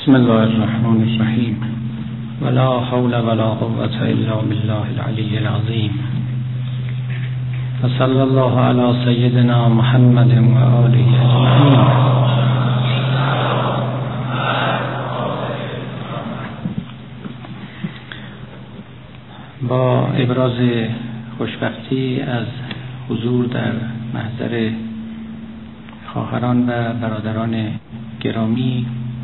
بسم الله الرحمن الرحیم ولا حول ولا قوة الا بالله العلی العظیم و صلی الله علی سیدنا محمد و آله اجمعین. با ابراز خوشبختی از حضور در محضر خواهران و برادران گرامی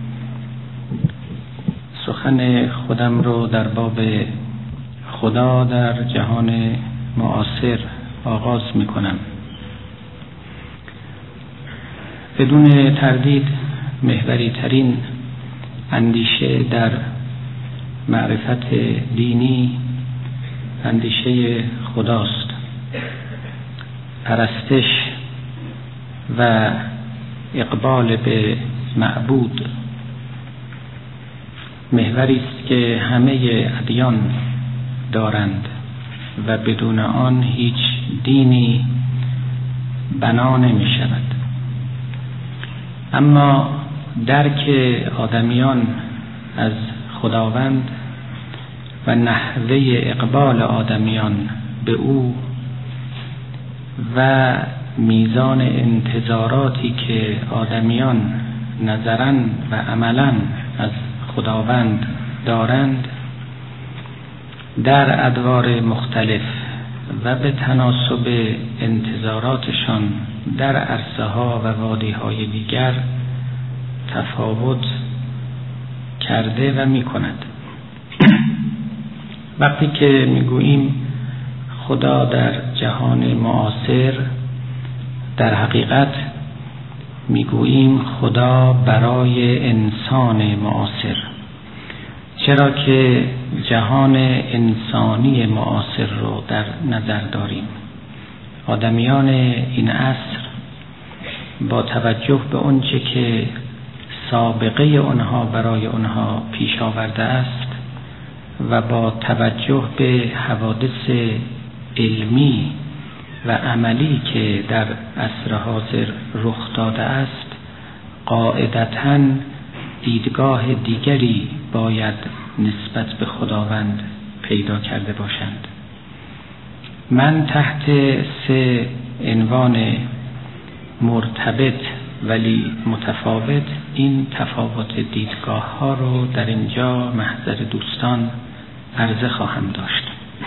سخن خودم رو در باب خدا در جهان معاصر آغاز می کنم. بدون تردید محوری ترین اندیشه در معرفت دینی اندیشه خداست. پرستش و اقبال به معبود محوری است که همه ادیان دارند و بدون آن هیچ دینی بنا نمی شود. اما درک آدمیان از خداوند و نحوه اقبال آدمیان به او و میزان انتظاراتی که آدمیان نظراً و عملاً از خداوند دارند در ادوار مختلف و به تناسب انتظاراتشان در عرصه ها و وادی های دیگر تفاوت کرده و می کند. وقتی که می گوییم خدا در جهان معاصر، در حقیقت می گوییم خدا برای انسان معاصر، چرا که جهان انسانی معاصر رو در نظر داریم. آدمیان این عصر با توجه به اونچه که سابقه اونها برای اونها پیش آورده است و با توجه به حوادث علمی و عملی که در عصر حاضر رخ داده است، قاعدتاً دیدگاه دیگری باید نسبت به خداوند پیدا کرده باشند. من تحت 3 عنوان مرتبط ولی متفاوت این تفاوت دیدگاه ها رو در اینجا محضر دوستان عرضه خواهم داشت.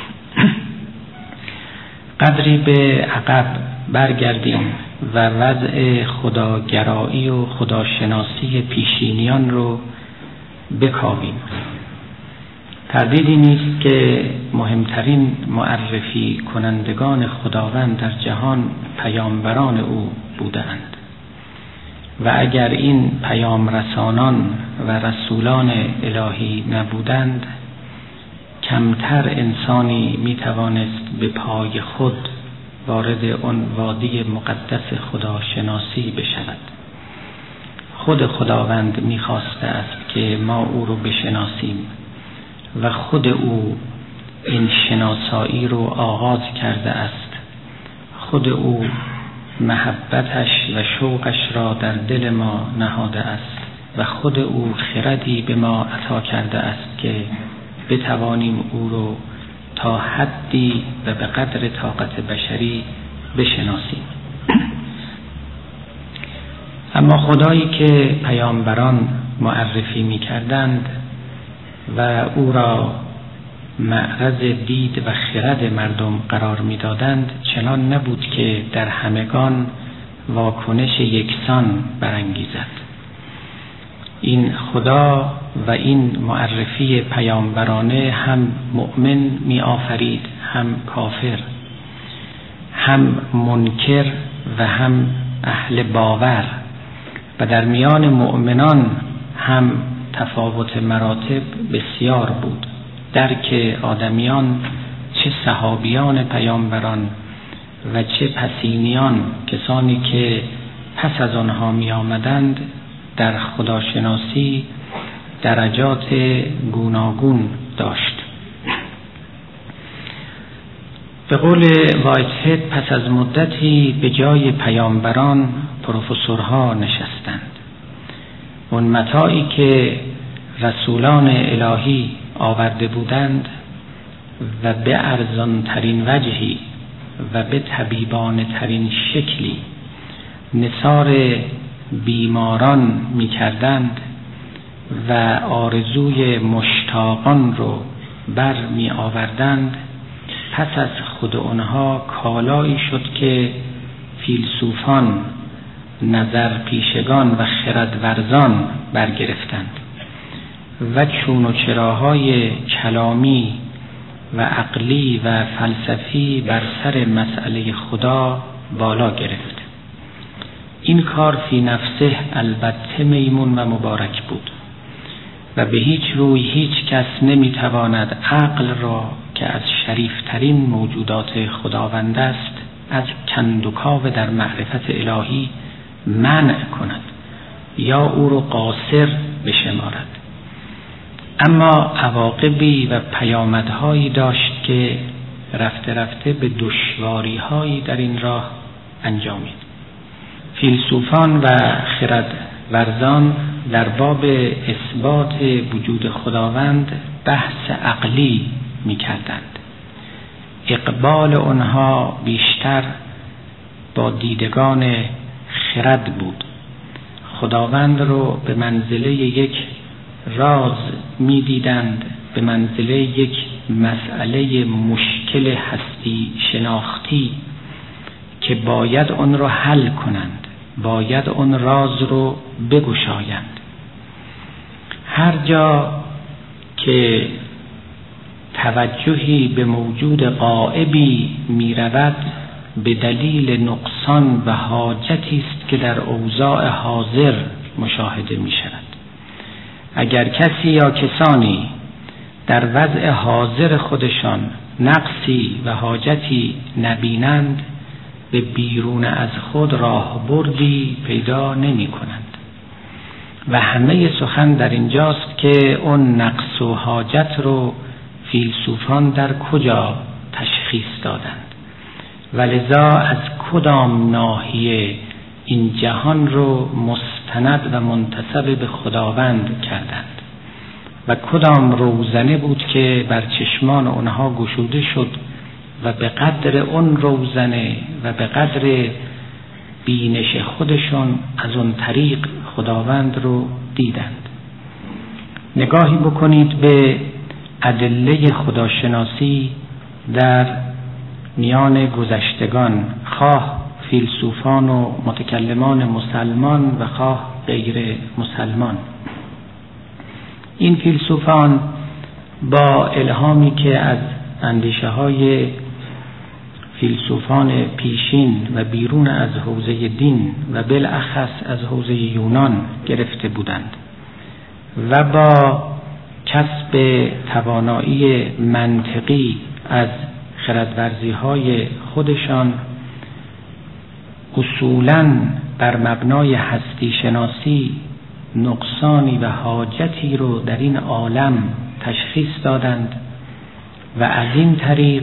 قدری به عقب برگردیم و وضع خداگرایی و خداشناسی پیشینیان رو بکاویم. تردیدی نیست که مهمترین معرفی کنندگان خداوند در جهان پیامبران او بودند و اگر این پیام رسانان و رسولان الهی نبودند کمتر انسانی می توانست به پای خود وارد آن وادی مقدس خداشناسی بشود. خود خداوند می خواسته است که ما او رو بشناسیم و خود او این شناسایی رو آغاز کرده است. خود او محبتش و شوقش را در دل ما نهاده است و خود او خردی به ما عطا کرده است که بتوانیم او رو تا حدی و به قدر طاقت بشری بشناسیم. اما خدایی که پیامبران معرفی می کردند و او را معرض دید و خرد مردم قرار می دادند چنان نبود که در همگان واکنش یکسان برانگیزد. این خدا و این معرفی پیامبرانه هم مؤمن می آفرید، هم کافر، هم منکر و هم اهل باور، و در میان مؤمنان هم تفاوت مراتب بسیار بود. درک آدمیان، چه صحابیان پیامبران و چه پسینیان، کسانی که پس از آنها می آمدند، در خداشناسی درجات گوناگون داشت. به قول وایتهد پس از مدتی به جای پیامبران پروفسورها نشستند. اون متاعی که رسولان الهی آورده بودند و به ارزان ترین وجهی و به طبیبانه ترین شکلی نثار بیماران می کردند و آرزوی مشتاقان رو بر می آوردند، پس از خود آنها کالایی شد که فیلسوفان، نظر پیشگان و خردورزان برگرفتند و چون و چراهای کلامی و عقلی و فلسفی بر سر مسئله خدا بالا گرفت. این کار فی نفسه البته میمون و مبارک بود و به هیچ روی هیچ کس نمیتواند عقل را که از شریفترین موجودات خداوند است از کندوکاو در معرفت الهی منع کند یا او را قاصر بشمارد. اما عواقبی و پیامدهایی داشت که رفته رفته به دشواری‌هایی در این راه انجامید. فیلسوفان و خردورزان در باب اثبات وجود خداوند بحث عقلی می‌کردند. اقبال آنها بیشتر با دیدگان خرد بود. خداوند رو به منزله یک راز می‌دیدند، به منزله یک مسئله مشکل هستی شناختی که باید آن رو حل کنند، باید آن راز رو بگشایند. هر جا که توجهی به موجود غائبی می رود به دلیل نقصان و حاجتی است که در اوضاع حاضر مشاهده می شود. اگر کسی یا کسانی در وضع حاضر خودشان نقصی و حاجتی نبینند، به بیرون از خود راه بردی پیدا نمی کنند و همه سخن در اینجاست که اون نقص و حاجت رو فیلسوفان در کجا تشخیص دادند و لذا از کدام ناحیه این جهان رو مستند و منتسب به خداوند کردند و کدام روزنه بود که بر چشمان اونها گشوده شد و به قدر اون روزنه و به قدر بینش خودشون از اون طریق خداوند رو دیدند. نگاهی بکنید به ادله خداشناسی در میان گذشتگان، خواه فیلسوفان و متکلمان مسلمان و خواه غیر مسلمان. این فیلسوفان با الهامی که از اندیشه های فیلسوفان پیشین و بیرون از حوزه دین و بالاخص از حوزه یونان گرفته بودند و با کسب توانایی منطقی از خردورزی های خودشان اصولاً بر مبنای هستی شناسی نقصانی و حاجتی رو در این عالم تشخیص دادند و از این طریق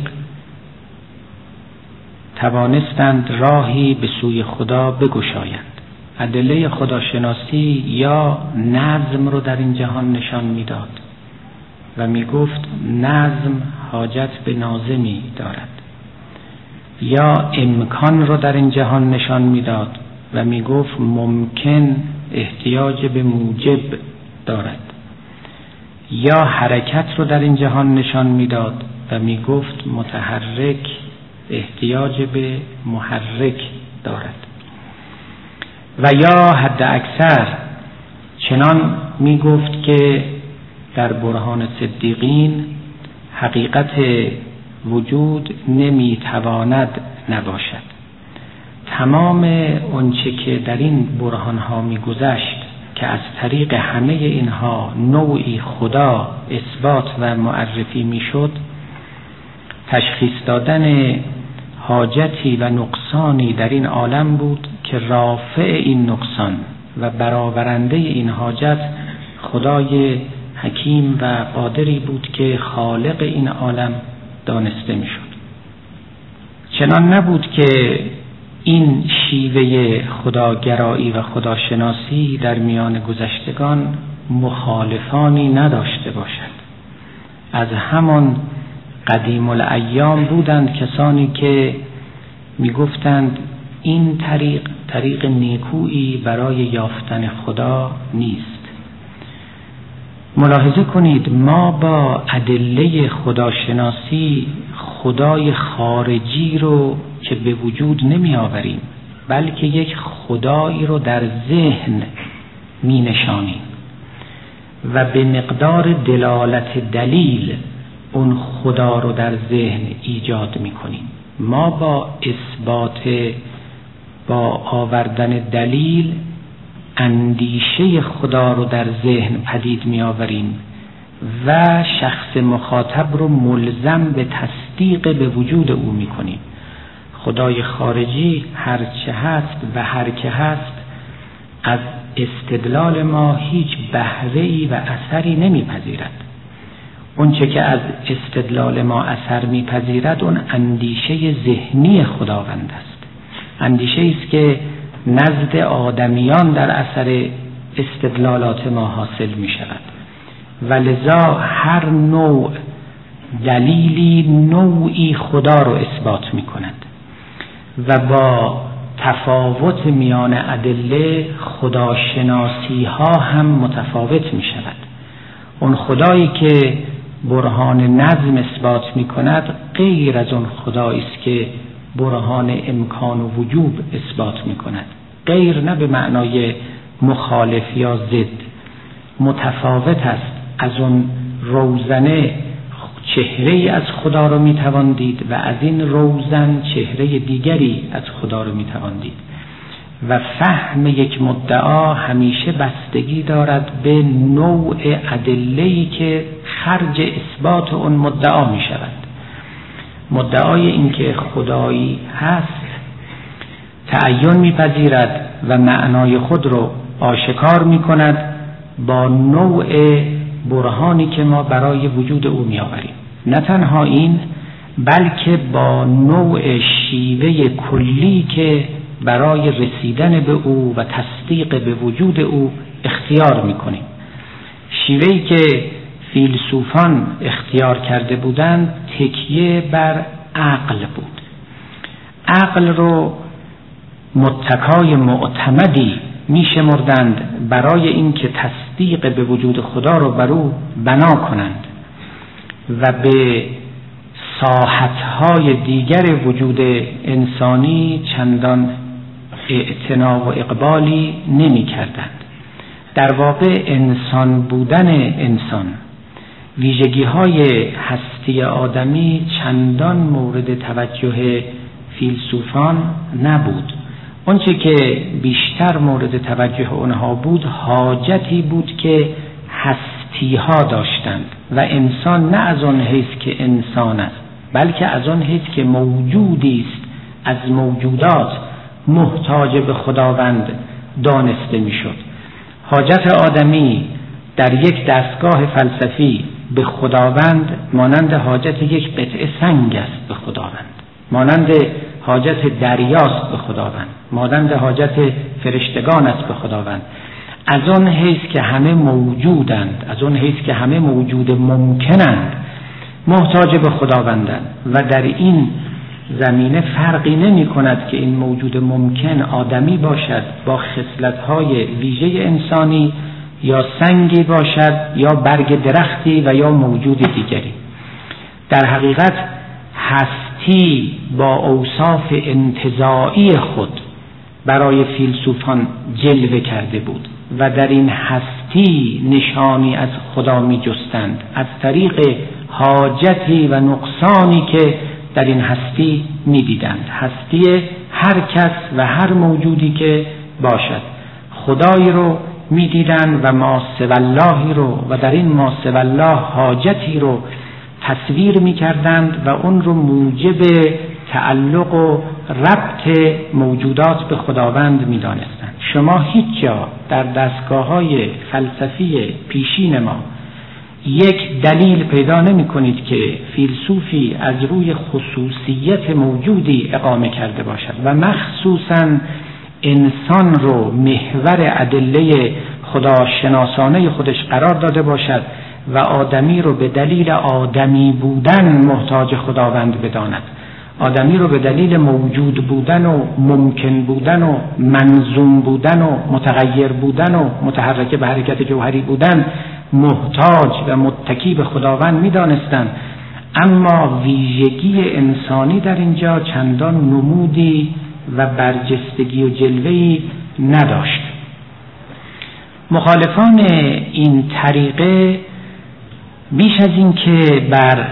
توانستند راهی به سوی خدا بگشایند. ادله خداشناسی یا نظم رو در این جهان نشان میداد و میگفت نظم حاجت به ناظمی دارد، یا امکان رو در این جهان نشان میداد و میگفت ممکن احتیاج به موجب دارد، یا حرکت رو در این جهان نشان میداد و میگفت متحرک احتیاج به محرک دارد، و یا حد اکثر چنان میگفت که در برهان صدیقین حقیقت وجود نمیتواند نباشد. تمام اونچه که در این برهانها میگذشت که از طریق همه اینها نوعی خدا اثبات و معرفی میشد، تشخیص دادن حاجتی و نقصانی در این عالم بود که رافع این نقصان و برآورنده این حاجت خدای حکیم و قادری بود که خالق این عالم دانسته میشد. چنان نبود که این شیوه خداگرایی و خداشناسی در میان گذشتگان مخالفانی نداشته باشد. از همان قدیم الایام بودند کسانی که میگفتند این طریق نیکویی برای یافتن خدا نیست. ملاحظه کنید ما با ادله خداشناسی خدای خارجی رو که به وجود نمی آوریم، بلکه یک خدایی رو در ذهن می نشانیم و به مقدار دلالت دلیل اون خدا رو در ذهن ایجاد می کنیم. ما با آوردن دلیل اندیشه خدا رو در ذهن پدید می آوریم و شخص مخاطب رو ملزم به تصدیق به وجود او می کنیم. خدای خارجی هرچه هست و هر که هست از استدلال ما هیچ بهره‌ای و اثری نمیپذیرد. اون چه که از استدلال ما اثر میپذیرد اون اندیشه ذهنی خداوند است. اندیشه است که نزد آدمیان در اثر استدلالات ما حاصل می شود و لذا هر نوع دلیلی نوعی خدا رو اثبات می کند و با تفاوت میان ادله خداشناسی ها هم متفاوت می شود. اون خدایی که برهان نظم اثبات می کند غیر از اون خدایی است که برهان امکان و وجوب اثبات می کند. غیر نه به معنای مخالف یا ضد، متفاوت است. از اون روزنه چهره‌ای از خدا رو می توان دید و از این روزن چهره دیگری از خدا رو می توان دید و فهم یک مدعا همیشه بستگی دارد به نوع ادله‌ای که خرج اثبات اون مدعا می شود. مدعای این که خدایی هست تعین می‌پذیرد و معنای خود رو آشکار می‌کند با نوع برهانی که ما برای وجود او می‌آوریم. نه تنها این، بلکه با نوع شیوه کلی که برای رسیدن به او و تصدیق به وجود او اختیار می‌کنیم. شیوهی که فیلسوفان اختیار کرده بودند تکیه بر عقل بود. عقل رو متکای معتمدی می شمردند برای اینکه تصدیق به وجود خدا رو بر او بنا کنند و به ساحتهای دیگر وجود انسانی چندان اعتنا و اقبالی نمی کردند. در واقع انسان بودن انسان، ویژگی های هستی آدمی چندان مورد توجه فیلسوفان نبود. اونچه که بیشتر مورد توجه اونها بود حاجتی بود که هستی ها داشتند و انسان نه از آن حیث که انسان است بلکه از آن حیث که موجودی است از موجودات محتاج به خداوند دانسته میشد. حاجت آدمی در یک دستگاه فلسفی به خداوند مانند حاجت یک قطعه سنگ است به خداوند، مانند حاجت دریاست به خداوند، مانند حاجت فرشتگان است به خداوند. از آن حیث که همه موجودند، از آن حیث که همه موجود ممکنند محتاج به خداوندند و در این زمینه فرقی نمی کند که این موجود ممکن آدمی باشد با خصلت‌های ویژه انسانی یا سنگی باشد یا برگ درختی و یا موجود دیگری. در حقیقت هستی با اوصاف انتزاعی خود برای فیلسوفان جلوه کرده بود و در این هستی نشانی از خدا می جستند از طریق حاجتی و نقصانی که در این هستی می دیدند. هستی هر کس و هر موجودی که باشد خدایی رو می دیدند و ما سوی اللهی رو و در این ما سوی الله حاجتی رو تصویر می کردند و اون رو موجب تعلق و ربط موجودات به خداوند می دانستند. شما هیچ جا در دستگاه‌های فلسفی پیشین ما یک دلیل پیدا نمی کنید که فیلسوفی از روی خصوصیت موجودی اقامه کرده باشد و مخصوصاً انسان رو محور ادله خداشناسانه خودش قرار داده باشد و آدمی رو به دلیل آدمی بودن محتاج خداوند بداند، آدمی رو به دلیل موجود بودن و ممکن بودن و منظوم بودن و متغیر بودن و متحرک به حرکت جوهری بودن محتاج و متکی به خداوند می‌دانستند، اما ویژگی انسانی در اینجا چندان نمودی و برجستگی و جلوه‌ای نداشت. مخالفان این طریقه بیش از این که بر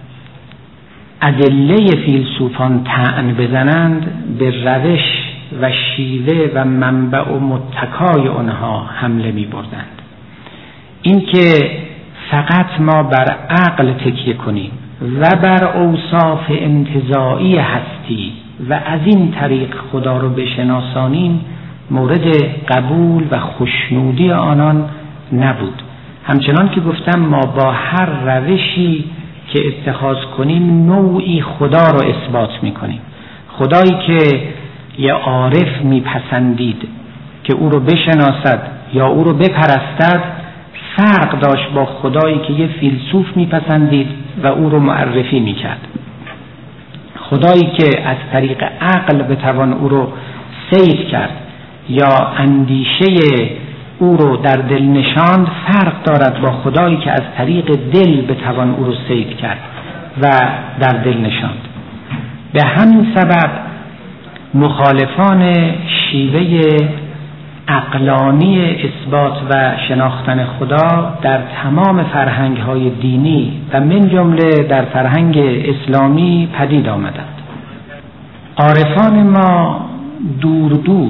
ادله فیلسوفان طعن بزنند، به روش و شیوه و منبع و متکای آنها حمله می بردند. این که فقط ما بر عقل تکیه کنیم و بر اوصاف انتزاعی هستی و از این طریق خدا رو بشناسانیم مورد قبول و خوشنودی آنان نبود. همچنان که گفتم ما با هر روشی که اتخاذ کنیم نوعی خدا رو اثبات میکنیم. خدایی که یه عارف میپسندید که او رو بشناسد یا او رو بپرستد فرق داشت با خدایی که یه فیلسوف میپسندید و او رو معرفی میکرد. خدایی که از طریق عقل بتوان او رو صید کرد یا اندیشه او رو در دل نشاند فرق دارد با خدایی که از طریق دل بتوان او رو صید کرد و در دل نشاند. به همین سبب مخالفان شیوه عقلانی اثبات و شناختن خدا در تمام فرهنگ‌های دینی و من جمله در فرهنگ اسلامی پدید آمدند. عارفان ما دور دور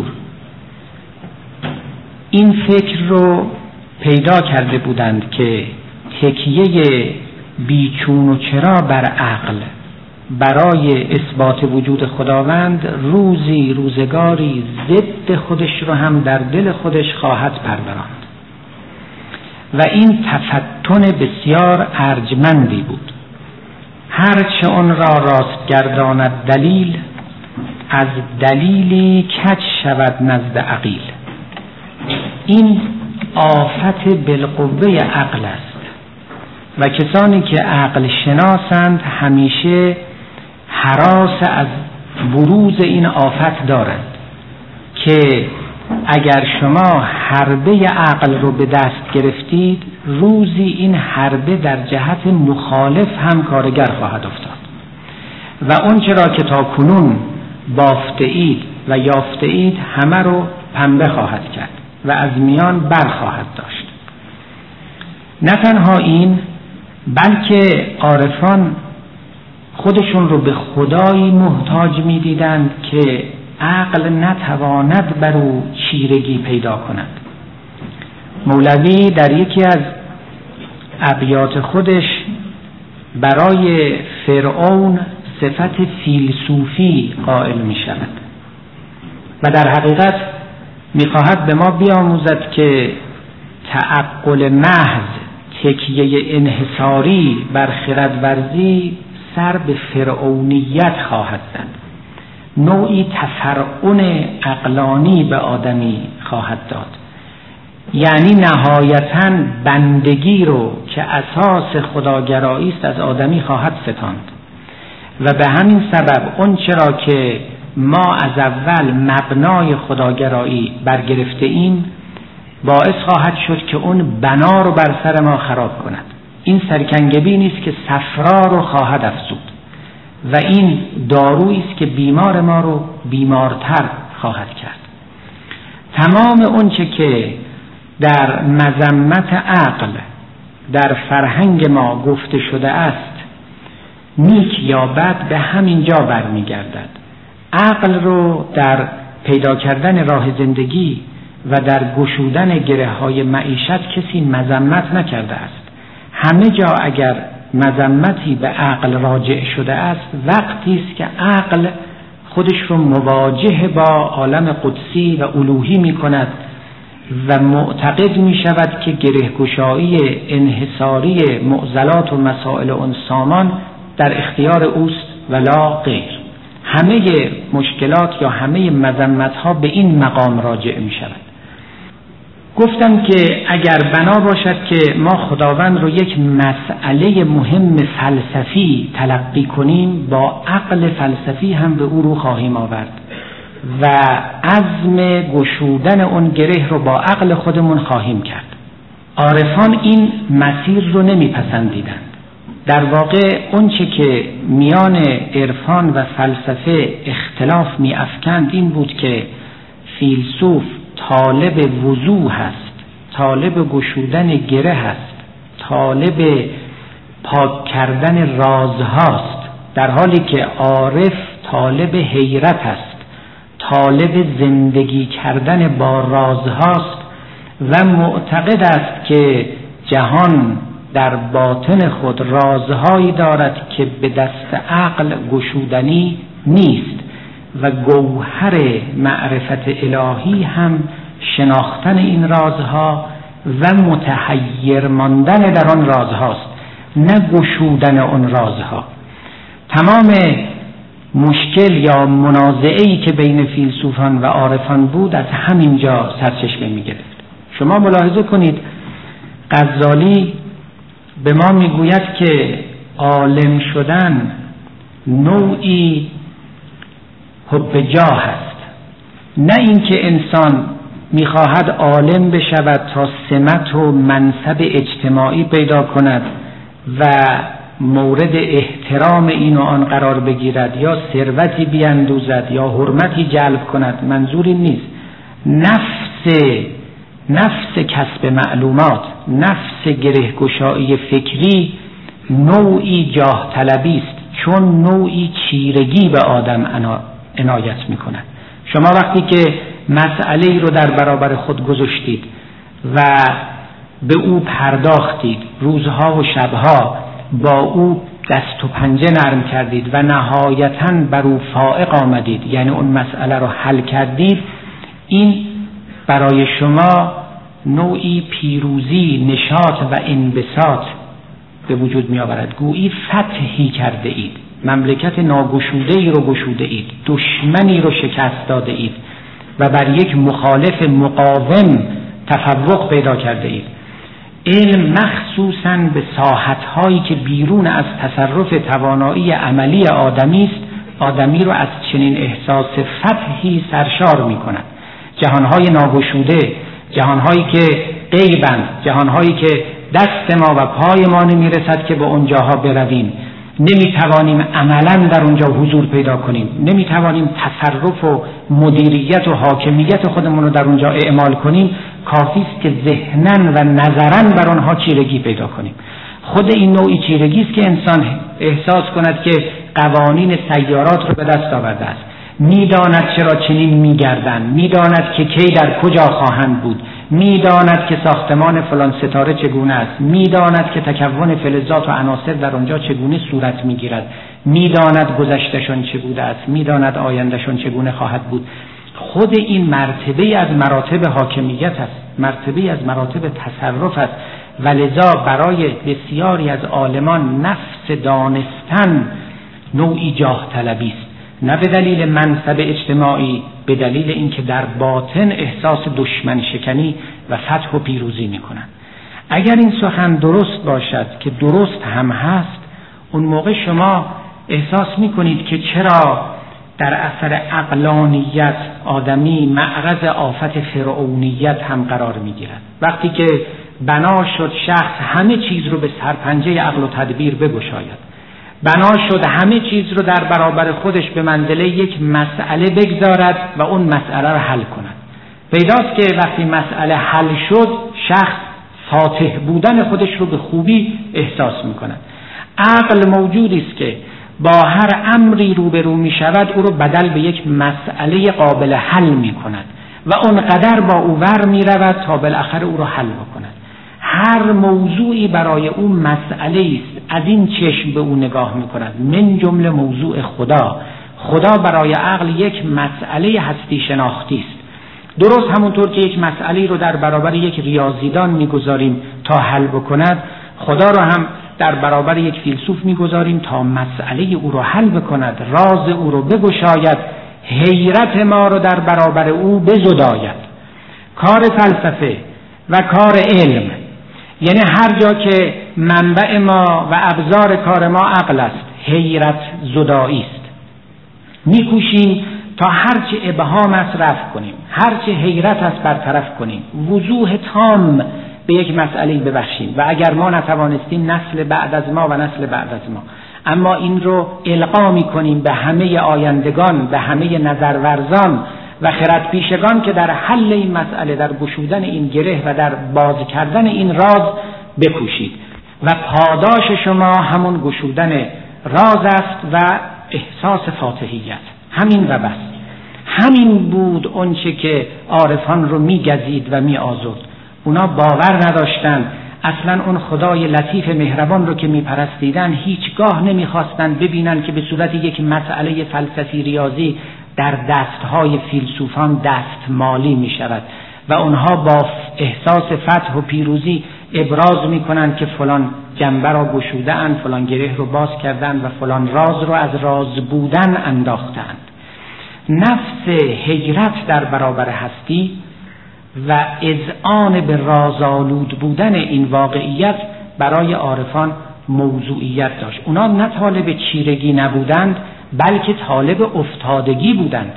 این فکر رو پیدا کرده بودند که تکیه بیچون و چرا بر عقل برای اثبات وجود خداوند روزی روزگاری ضد خودش رو هم در دل خودش خواهد پروراند و این تفتن بسیار ارجمندی بود. هرچه اون را راست گرداند دلیل، از دلیلی کج شود نزد عقیل. این آفت بالقوه عقل است و کسانی که عقل شناسند همیشه هراس از بروز این آفت دارند که اگر شما حربه عقل رو به دست گرفتید روزی این حربه در جهت مخالف هم کارگر خواهد افتاد و اون چرا که تا کنون بافته اید و یافته اید همه رو پنبه خواهد کرد و از میان بر خواهد داشت. نه تنها این بلکه عارفان خودشون رو به خدایی محتاج می دیدند که عقل نتواند بر او چیرگی پیدا کند. مولوی در یکی از ابیات خودش برای فرعون صفت فیلسوفی قائل می شود و در حقیقت می خواهد به ما بیاموزد که تعقل محض، تکیه انحصاری بر خردورزی سر به فرعونیت خواهد زد، نوعی تفرعن عقلانی به آدمی خواهد داد، یعنی نهایتاً بندگی رو که اساس خداگرایی است از آدمی خواهد ستاند و به همین سبب اون چرا که ما از اول مبنای خداگرایی برگرفته ایم باعث خواهد شد که اون بنا رو بر سر ما خراب کند. این سرکنگبی نیست که صفرا رو خواهد افزود و این دارویی است که بیمار ما رو بیمارتر خواهد کرد. تمام اون چه که در مذمت عقل در فرهنگ ما گفته شده است نیک یا بد به همین جا برمیگردد. عقل رو در پیدا کردن راه زندگی و در گشودن گره‌های معیشت کسی مذمت نکرده است. همه جا اگر مذمتی به عقل راجع شده است وقتی است که عقل خودش رو مواجه با عالم قدسی و الوهی می کند و معتقد می شود که گره‌گشایی انحصاری معضلات و مسائل اون سامان در اختیار اوست ولا غیر. همه مشکلات یا همه مذمت ها به این مقام راجع می شود. گفتم که اگر بنا باشد که ما خداوند رو یک مسئله مهم فلسفی تلقی کنیم، با عقل فلسفی هم به او رو خواهیم آورد و عزم گشودن اون گره رو با عقل خودمون خواهیم کرد. عارفان این مسیر رو نمیپسندیدند. در واقع اون چه که میان عرفان و فلسفه اختلاف می افکند این بود که فیلسوف طالب وضوح هست، طالب گشودن گره هست، طالب پاک کردن رازهاست، در حالی که عارف طالب حیرت است، طالب زندگی کردن با رازهاست و معتقد است که جهان در باطن خود رازهایی دارد که به دست عقل گشودنی نیست و گوهر معرفت الهی هم شناختن این رازها و متحیر ماندن در آن رازهاست، نه گشودن آن رازها. تمام مشکل یا منازعه‌ای که بین فیلسوفان و عارفان بود از همینجا سرچشمه می‌گرفت. شما ملاحظه کنید غزالی به ما میگوید که عالم شدن نوعی حب جاه است، نه اینکه انسان میخواهد عالم بشود تا سمت و منصب اجتماعی پیدا کند و مورد احترام این و آن قرار بگیرد یا ثروتی بیندوزد یا حرمتی جلب کند. منظور این نیست. نفس کسب معلومات، نفس گرهگشایی فکری نوعی جاه طلبی است، چون نوعی چیرگی به آدم عنایت میکند. شما وقتی که مسئله‌ای رو در برابر خود گذاشتید و به او پرداختید، روزها و شبها با او دست و پنجه نرم کردید و نهایتاً بر او فائق آمدید، یعنی اون مسئله رو حل کردید، این برای شما نوعی پیروزی، نشاط و انبساط به وجود می آورد. گویی فتحی کرده اید، مملکت ناگشوده ای رو گشوده اید، دشمنی رو شکست داده اید و بر یک مخالف مقاوم تفوق پیدا کرده اید. علم مخصوصاً به ساحت‌هایی که بیرون از تصرف توانایی عملی آدمی است، آدمی رو از چنین احساس فتحی سرشار می کند. جهانهای ناگشوده، جهانهایی که غیبند، جهانهایی که دست ما و پای ما نمیرسد که به اونجاها برویم، نمیتوانیم عملاً در اونجا حضور پیدا کنیم، نمیتوانیم تصرف و مدیریت و حاکمیت خودمون رو در اونجا اعمال کنیم، کافی است که ذهناً و نظراً بر آنها چیرگی پیدا کنیم. خود این نوعی چیرگی است که انسان احساس کند که قوانین سیارات رو به دست آورده است، میداند چرا چنین میگردند، میداند که کی در کجا خواهند بود، میداند که ساختمان فلان ستاره چگونه است، میداند که تکون فلزات و عناصر در آنجا چگونه صورت میگیرد، میداند گذشتهشان چه بوده است، میداند آیندهشان چگونه خواهد بود. خود این مرتبه از مراتب حاکمیت است، مرتبه از مراتب تصرف است و لذا برای بسیاری از عالمان نفس دانستن نوعی جاه طلبی است، نه به دلیل منصب اجتماعی، به دلیل اینکه در باطن احساس دشمن شکنی و فتح و پیروزی میکنند. اگر این سخن درست باشد که درست هم هست، اون موقع شما احساس میکنید که چرا در اثر عقلانیت آدمی معرض آفت فرعونیت هم قرار میگیرد. وقتی که بنا شد شخص همه چیز رو به سرپنجه عقل و تدبیر بگشاید، بنا شد همه چیز رو در برابر خودش به منزله یک مسئله بگذارد و اون مسئله رو حل کند. پیداست که وقتی مسئله حل شد، شخص فاتح بودن خودش رو به خوبی احساس میکند. عقل موجودی است که با هر امری روبرو می شود او رو بدل به یک مسئله قابل حل می کند و اونقدر با او ور می رود تا بالاخره او رو حل بکند. هر موضوعی برای او مسئله است، از این چشم به او نگاه می کند، من جمله موضوع خدا. خدا برای عقل یک مسئله هستی شناختی است. درست همونطور که یک مسئله رو در برابر یک ریاضیدان میگذاریم تا حل بکند، خدا رو هم در برابر یک فیلسوف میگذاریم تا مسئله او رو حل بکند، راز او رو بگشاید، حیرت ما رو در برابر او بزداید. کار فلسفه و کار علم. یعنی هر جا که منبع ما و ابزار کار ما عقل است، حیرت زدایی است. میکوشیم تا هرچه ابهام است رفع کنیم، هرچه حیرت است برطرف کنیم، وضوح تام به یک مسئله ببخشیم و اگر ما نتوانستیم نسل بعد از ما و نسل بعد از ما، اما این رو القا میکنیم به همه آیندگان، به همه نظرورزان و خردپیشگان که در حل این مسئله، در گشودن این گره و در باز کردن این راز بکوشید و پاداش شما همون گشودن راز است و احساس فاتحیت. همین و بس. همین بود اونچه که عارفان رو میگزید و میآزرد. اونا باور نداشتن، اصلا اون خدای لطیف مهربان رو که میپرستیدن هیچگاه نمیخواستن ببینن که به صورت یک مسئله فلسفی ریاضی در دستهای فیلسوفان دستمالی میشود و اونها با احساس فتح و پیروزی ابراز میکنن که فلان جنبه را گشوده‌اند، فلان گره رو باز کردن و فلان راز رو از راز بودن انداختند. نفس حیرت در برابر هستی و اذعان به رازآلود بودن این واقعیت برای عارفان موضوعیت داشت. اونا نه طالب چیرگی نبودند بلکه طالب افتادگی بودند.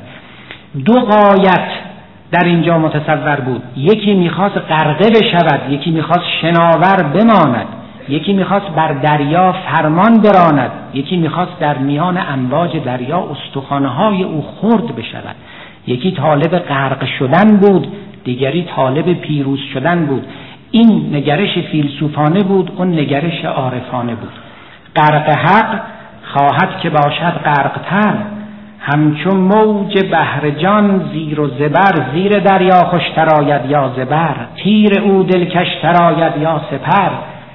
دو غایت در اینجا متصور بود، یکی میخواست غرقه بشود، یکی میخواست شناور بماند، یکی میخواست بر دریا فرمان براند، یکی میخواست در میان امواج دریا استخوانهای او خرد بشود. یکی طالب غرق شدن بود، دیگری طالب پیروز شدن بود. این نگرش فیلسوفانه بود، اون نگرش عارفانه بود. غرق حق خواهد که باشد غرق‌تر، همچون موج بحر جان زیر و زبر، زیر دریا خوشتر آید یا زبر، تیر او دلکشتر آید یا سپر،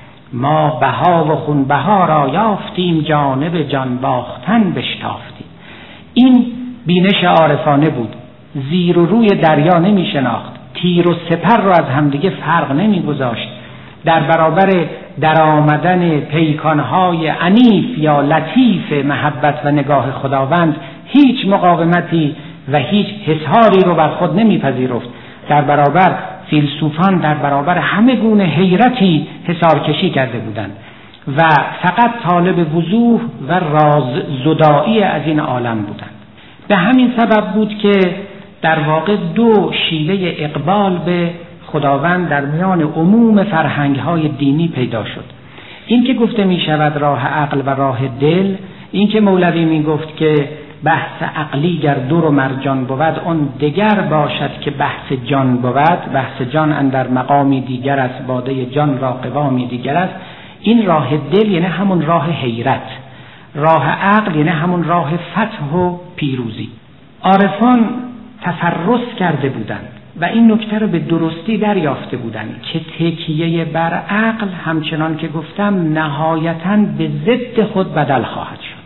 ما بها و خون بها را یافتیم، جانب جان باختن بشتافتیم. این بینش عارفانه بود. زیر و روی دریا نمی شناخت، تیر و سپر را از همدیگه فرق نمی گذاشت. در برابر در آمدن پیکانهای عنیف یا لطیف محبت و نگاه خداوند هیچ مقاومتی و هیچ حصاری رو بر خود نمیپذیرفت. در برابر فیلسوفان در برابر همه گونه حیرتی حصارکشی کرده بودند و فقط طالب وضوح و راززدایی از این عالم بودند. به همین سبب بود که در واقع دو شیوه اقبال به خداوند در میان عموم فرهنگ‌های دینی پیدا شد. این که گفته می شود راه عقل و راه دل، این که مولوی می گفت که بحث عقلی گر دور و مرجان بود، اون دگر باشد که بحث جان بود. بحث جان اندر مقامی دیگر است، باده جان را قوامی دیگر است. این راه دل یعنی همون راه حیرت، راه عقل یعنی همون راه فتح و پیروزی. عارفان تفرس کرده بودند و این نکته رو به درستی دریافته بودند که تکیه بر عقل همچنان که گفتم نهایتاً به ضد خود بدل خواهد شد.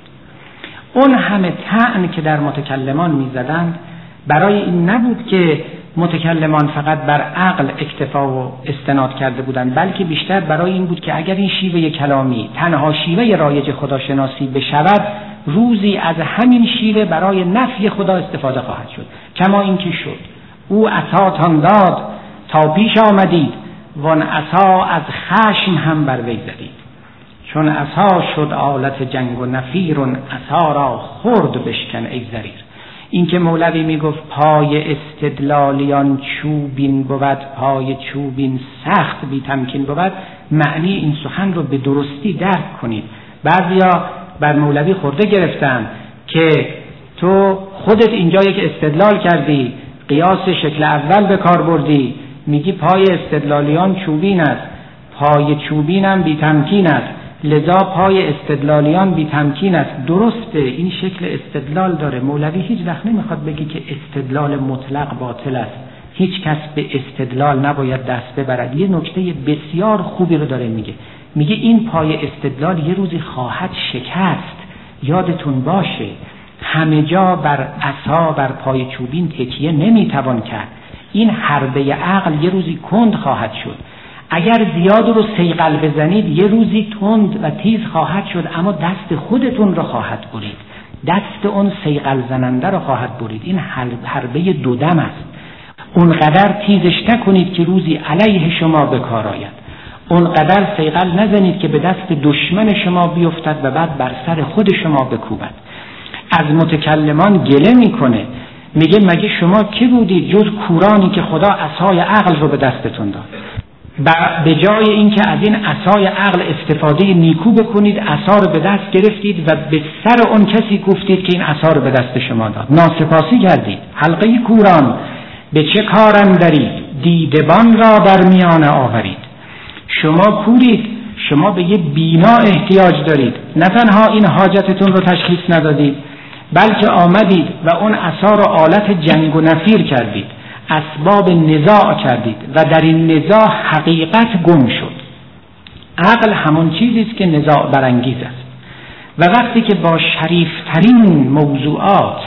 اون همه طعن که در متکلمان می‌زدند برای این نبود که متکلمان فقط بر عقل اکتفا و استناد کرده بودند، بلکه بیشتر برای این بود که اگر این شیوه کلامی تنها شیوه رایج خداشناسی بشود، روزی از همین شیوه برای نفی خدا استفاده خواهد شد. کما این که شد، او عصاتان داد تا پیش آمدید، وان عصا از خشم هم بر وی زدید. چون عصا شد آلت جنگ و نفیرون، عصا را خرد بشکن ای زریر. این که مولوی میگفت پای استدلالیان چوبین بود، پای چوبین سخت بی تمکین بود، معنی این سخن رو به درستی درک کنید. بعضیا بر مولوی خورده گرفتن که تو خودت اینجا یک استدلال کردی، قیاس شکل اول به کار بردی، میگی پای استدلالیان چوبین است، پای چوبین هم بی تمکین است، لذا پای استدلالیان بی تمکین است. درسته، این شکل استدلال داره. مولوی هیچ وقت نمیخواد بگی که استدلال مطلق باطل است، هیچ کس به استدلال نباید دست ببرد. یه نکته بسیار خوبی رو داره میگه این پای استدلال یه روزی خواهد شکست. یادتون باشه همه جا بر عصا بر پای چوبین تکیه نمیتوان کرد. این حربه عقل یه روزی کند خواهد شد. اگر زیاد رو صیقل بزنید یه روزی تند و تیز خواهد شد، اما دست خودتون رو خواهد برید، دست اون صیقل زننده رو خواهد برید. این حربه دودم است. اونقدر تیزش نکنید که روزی علیه شما به کار آید. اونقدر صیقل نزنید که به دست دشمن شما بیفتد و بعد بر سر خود شما بکوبد. از متکلمان گله میکنه، میگه مگه شما کی بودید جز کورانی که خدا عصای عقل رو به دستتون داد؟ به جای اینکه از این عصای عقل استفاده نیکو بکنید، عصا رو به دست گرفتید و به سر اون کسی گفتید که این عصا رو به دست شما داد. ناسپاسی کردید. حلقه کوران به چه کار اندرید، دیدبان را در میان آورید. شما کورید، شما به یه بینا احتیاج دارید. نه تنها این حاجتتون رو تشخیص ندادید، بلکه آمدید و اون عصا رو آلت جنگ و نفیر کردید، اسباب نزاع کردید و در این نزاع حقیقت گم شد. عقل همون چیزی است که نزاع برانگیز است و وقتی که با شریفترین موضوعات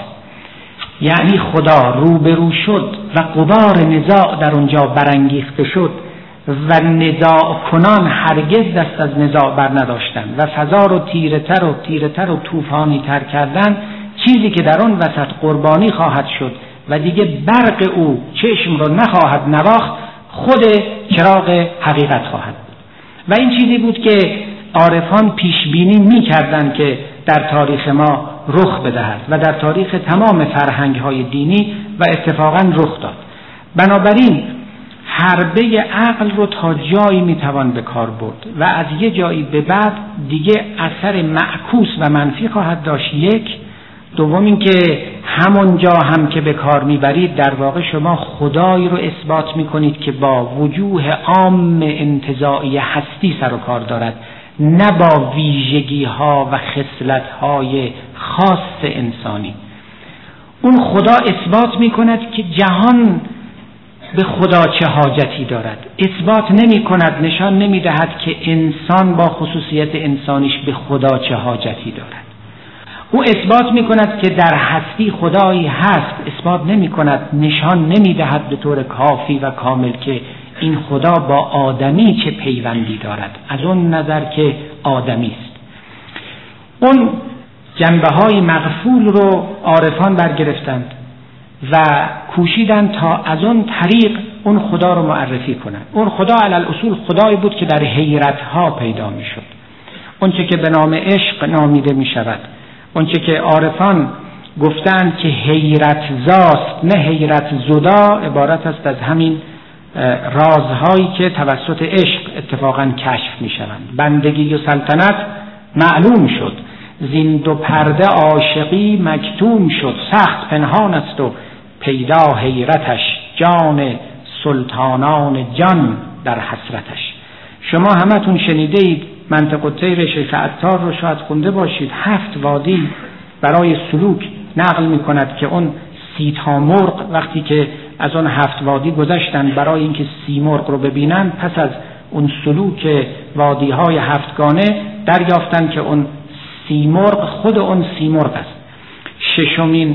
یعنی خدا روبرو شد و غبار نزاع در اونجا برانگیخته شد و نزاع کنان هرگز دست از نزاع بر نداشتن و فضا رو تیره تر و طوفانی تر کردن، چیزی که در اون وسط قربانی خواهد شد و دیگه برق او چشم رو نخواهد نواخت، خود چراغ حقیقت خواهد بود. و این چیزی بود که عارفان پیش بینی می‌کردند که در تاریخ ما رخ بدهد و در تاریخ تمام فرهنگ‌های دینی و اتفاقاً رخ داد. بنابراین حربه عقل رو تا جایی میتوان به کار برد و از یه جایی به بعد دیگه اثر معکوس و منفی خواهد داشت. یک، دوم این که همون جا هم که به کار میبرید در واقع شما خدایی رو اثبات میکنید که با وجوه عام انتزاعی هستی سر و کار دارد، نه با ویژگی ها و خصلت های خاص انسانی. اون خدا اثبات میکند که جهان به خدا چه حاجتی دارد، اثبات نمی کند، نشان نمی دهد که انسان با خصوصیت انسانیش به خدا چه حاجتی دارد. او اثبات می کند که در هستی خدایی هست، اثبات نمی کند، نشان نمی دهد به طور کافی و کامل که این خدا با آدمی چه پیوندی دارد، از اون نظر که آدمی است. اون جنبه های مغفول رو عارفان برگرفتند و کوشیدن تا از اون طریق اون خدا رو معرفی کنند. اون خدا علی الاصول خدایی بود که در حیرتها پیدا می شد، اون چه که به نام عشق نامیده می شود، اون چه که عارفان گفتند که حیرت زاست نه حیرت زدا، عبارت است از همین رازهایی که توسط عشق اتفاقا کشف می شوند. بندگی و سلطنت معلوم شد، زین دو پرده عاشقی مکتوم شد، سخت پنهان است و پیدا حیرتش، جان سلطانان جان در حسرتش. شما همتون شنیده اید منطق الطیر شیخ عطار رو شاید خونده باشید، 7 وادی برای سلوک نقل می کند که اون 30 تا مرغ وقتی که از اون 7 وادی گذشتن برای اینکه 30 مرغ رو ببینن، پس از اون سلوک وادی های 7گانه دریافتن که اون 30 مرغ خود اون 30 مرغ است. 6مین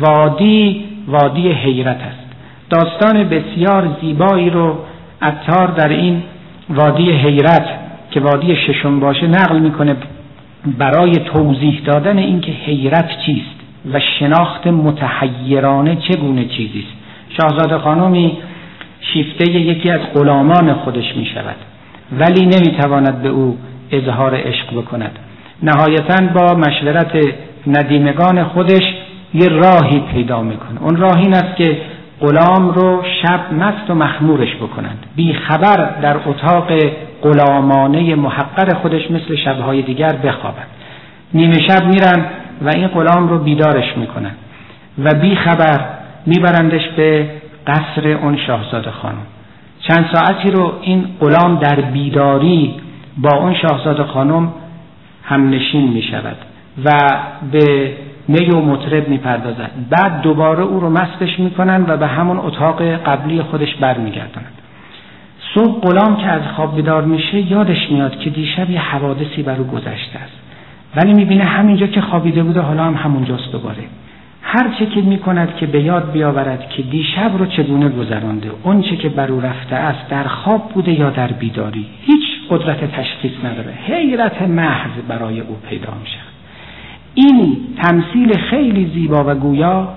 وادی حیرت است. داستان بسیار زیبایی رو عطار در این وادی حیرت که وادی 6م باشه نقل میکنه برای توضیح دادن اینکه حیرت چیست و شناخت متحیرانه چگونه چیزی است. شاهزاده خانمی شیفته یکی از غلامان خودش می شود ولی نمیتواند به او اظهار عشق بکند. نهایتاً با مشورت ندیمگان خودش یه راهی پیدا میکنه. اون راه این است که غلام رو شب مست و مخمورش بکنند، بی خبر در اتاق غلامانه محقر خودش مثل شبهای دیگر بخوابند. نیمه شب میرن و این غلام رو بیدارش میکنن و بی خبر میبرندش به قصر اون شاهزاده خانم. چند ساعتی رو این غلام در بیداری با اون شاهزاده خانم هم نشین می شود و به می و مطرب می پردازد. بعد دوباره او رو مستش می کنن و به همون اتاق قبلی خودش بر می گردند. صبح غلام که از خواب بیدار میشه یادش میاد که دیشب یه حوادثی بر او گذشته است، ولی می بینه همینجا که خوابیده بوده حالا هم همونجاست دوباره. هر چه که می کند که به یاد بیاورد که دیشب رو چگونه گذرانده، اون چه که بر او رفته است در خواب بوده یا در بیداری، هیچ قدرت تشخیص نداره. حیرت محض برای او پیدا می شود. این تمثیل خیلی زیبا و گویا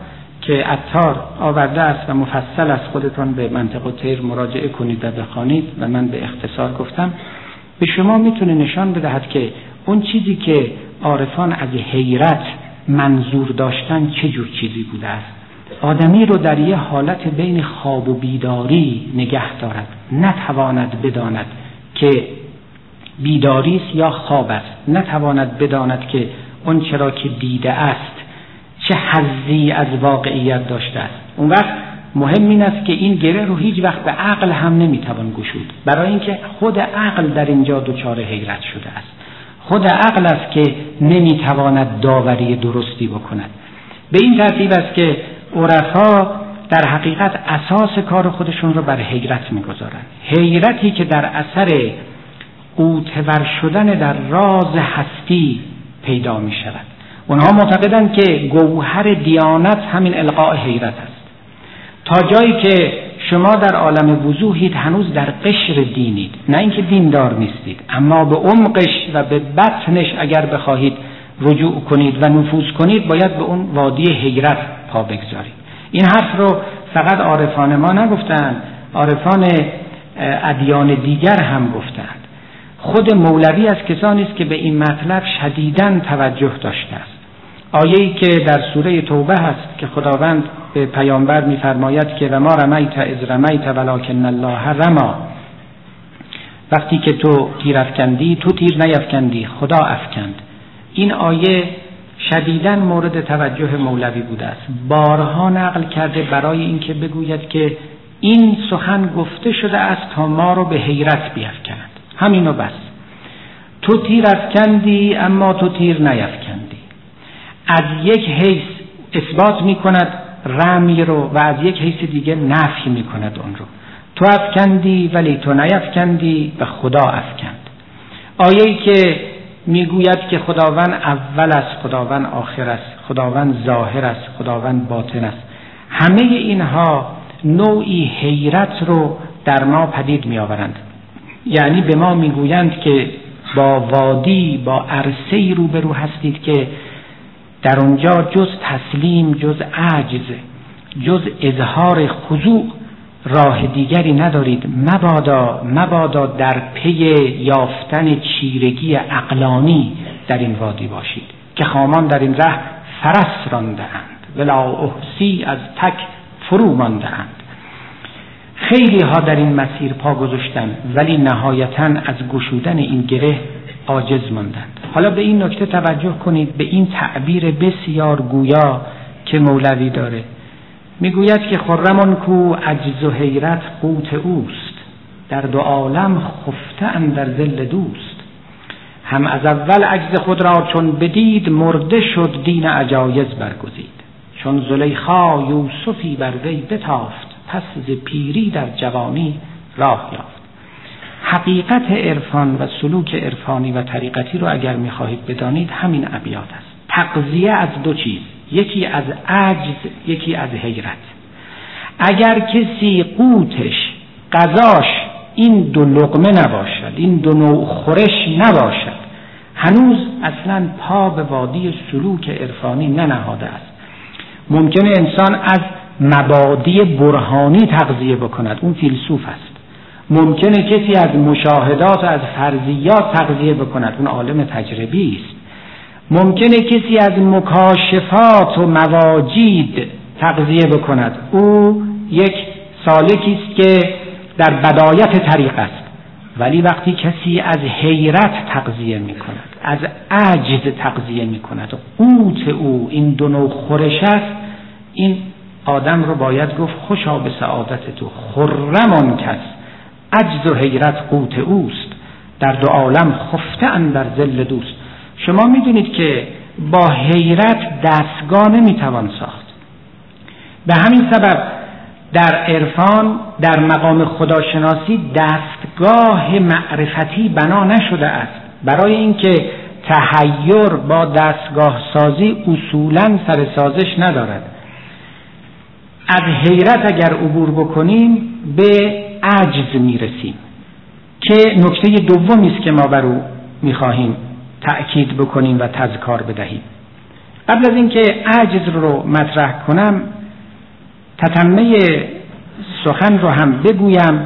که عطار آورده است و مفصل است، خودتان به منطق الطیر مراجعه کنید و بخوانید و من به اختصار گفتم، به شما میتونه نشان بدهد که اون چیزی که عارفان از حیرت منظور داشتن چه جور چیزی بوده است. آدمی رو در یه حالت بین خواب و بیداری نگه دارد، نتواند بداند که بیداری است یا خواب است، نتواند بداند که اون چرا که دیده است چه حظی از واقعیت داشته است. اون وقت مهم این است که این گره رو هیچ وقت به عقل هم نمیتوان گشود، برای اینکه خود عقل در اینجا دچار حیرت شده است. خود عقل است که نمیتواند داوری درستی بکند. به این ترتیب است که عرفا در حقیقت اساس کار خودشون رو بر حیرت میگذارند. حیرتی که در اثر غوطه‌ور شدن در راز هستی پیدا می شود. اونها معتقدند که گوهر دیانت همین القاء حیرت است. تا جایی که شما در عالم وضوحید هنوز در قشر دینید، نه اینکه دیندار نیستید، اما به عمقش و به بطنش اگر بخواهید رجوع کنید و نفوذ کنید باید به اون وادی حیرت پا بگذارید. این حرف رو فقط عارفان ما نگفتند، عارفان ادیان دیگر هم گفتند. خود مولوی از کسانی است که به این مطلب شدیداً توجه داشته است. آیه‌ای که در سوره توبه هست که خداوند به پیامبر می‌فرماید که و ما رمیت اذ رمیت ولکن الله رمی، وقتی که تو تیر افکندی تو تیر نیفکندی خدا افکند. این آیه شدیداً مورد توجه مولوی بوده است. بارها نقل کرده برای اینکه بگوید که این سخن گفته شده است تا ما رو به حیرت بیفکند. همینو بس. تو تیر افکندی اما تو تیر نیفکندی. از یک حیث اثبات می کند رمی رو و از یک حیث دیگه نفی می کند اون رو. تو افکندی ولی تو نیفکندی و خدا افکند. آیه‌ای که می گوید که خداوند اول است، خداوند آخر است، خداوند ظاهر است، خداوند باطن است، همه اینها نوعی حیرت رو در ما پدید می آورند. یعنی به ما میگویند که با وادی، با عرصه‌ای روبرو هستید که در اونجا جز تسلیم، جز عجز، جز اظهار خضوع راه دیگری ندارید. مبادا در پی یافتن چیرگی عقلانی در این وادی باشید که خامان در این ره فرس رانده اند ولا احصی از تک فرو مانده اند. خیلی ها در این مسیر پا گذاشتند ولی نهایتاً از گشودن این گره عاجز ماندند. حالا به این نکته توجه کنید، به این تعبیر بسیار گویا که مولوی داره. میگوید که خرمان کو عجز و حیرت قوت اوست، در دو عالم خفته اندر ذل دوست. هم از اول عجز خود را چون بدید، مرده شد دین عجایز برگزید. چون زلیخا یوسفی بر وی بتافت، پس ز پیری در جوانی راه یافت. حقیقت عرفان و سلوک عرفانی و طریقتی رو اگر می‌خواهید بدانید همین ابیات است. تغذیه از دو چیز، یکی از عجز، یکی از حیرت. اگر کسی قوتش، غذاش این دو لقمه نباشد، این دو نوع خورش نباشد، هنوز اصلاً پا به وادی سلوک عرفانی ننهاده است. ممکنه انسان از مبادی برهانی تغذیه بکند، اون فیلسوف است. ممکنه کسی از مشاهدات و از فرضیات تغذیه بکند، اون عالم تجربی است. ممکنه کسی از مکاشفات و مواجید تغذیه بکند، او یک سالکی است که در بدایت طریق است. ولی وقتی کسی از حیرت تغذیه می کند، از عجز تغذیه می کند، قوت او این دو نوع خورش است، این آدم رو باید گفت خوشا به سعادت تو. خرم آن کس عجز و حیرت قوت اوست، در دو عالم خفته اندر ذل دوست. شما میدونید که با حیرت دستگاه نمیتوان ساخت. به همین سبب در عرفان، در مقام خداشناسی دستگاه معرفتی بنا نشده است، برای اینکه تحیر با دستگاه سازی اصولاً سر سازش ندارد. از حیرت اگر عبور بکنیم به عجز میرسیم که نکته دومی است که ما بر او میخواهیم تأکید بکنیم و تذکار بدهیم. قبل از اینکه عجز رو مطرح کنم تتمه سخن رو هم بگویم.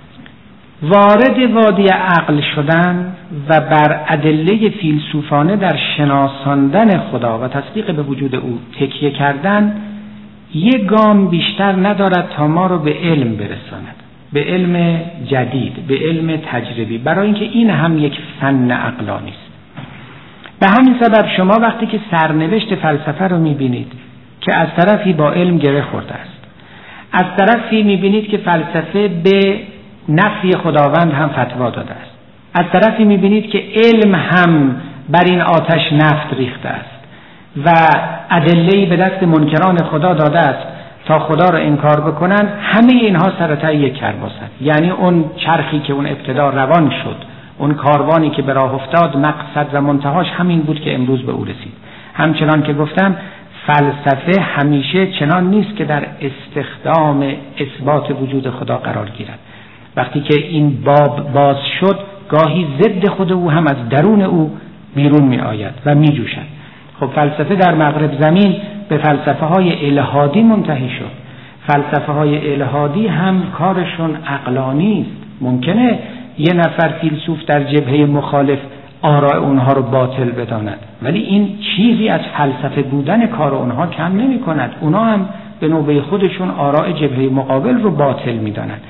وارد وادی عقل شدن و بر ادله فیلسوفانه در شناساندن خدا و تصدیق به وجود او تکیه کردن یک گام بیشتر ندارد تا ما رو به علم برساند، به علم جدید، به علم تجربی، برای اینکه این هم یک فن عقلانی است. به همین سبب شما وقتی که سرنوشت فلسفه رو میبینید که از طرفی با علم گره خورده است، از طرفی میبینید که فلسفه به نفی خداوند هم فتوا داده است، از طرفی میبینید که علم هم بر این آتش نفت ریخته است و ادله‌ای به دست منکران خدا داده است تا خدا را انکار بکنن، همه اینها سر ته یک کرباس است. یعنی اون چرخی که اون ابتدا روان شد، اون کاروانی که به راه افتاد، مقصد و منتهاش همین بود که امروز به او رسید. همچنان که گفتم فلسفه همیشه چنان نیست که در استخدام اثبات وجود خدا قرار گیرد. وقتی که این باب باز شد، گاهی ضد خود او هم از درون او بیرون می آید و می جوشد. خب فلسفه در مغرب زمین به فلسفه های الهادی منتهی شد. فلسفه های الهادی هم کارشون عقلانی است. ممکنه یه نفر فیلسوف در جبهه مخالف آراء اونها رو باطل بداند، ولی این چیزی از فلسفه بودن کار اونها کم نمی کند. اونها هم به نوبه خودشون آراء جبهه مقابل رو باطل می دانند.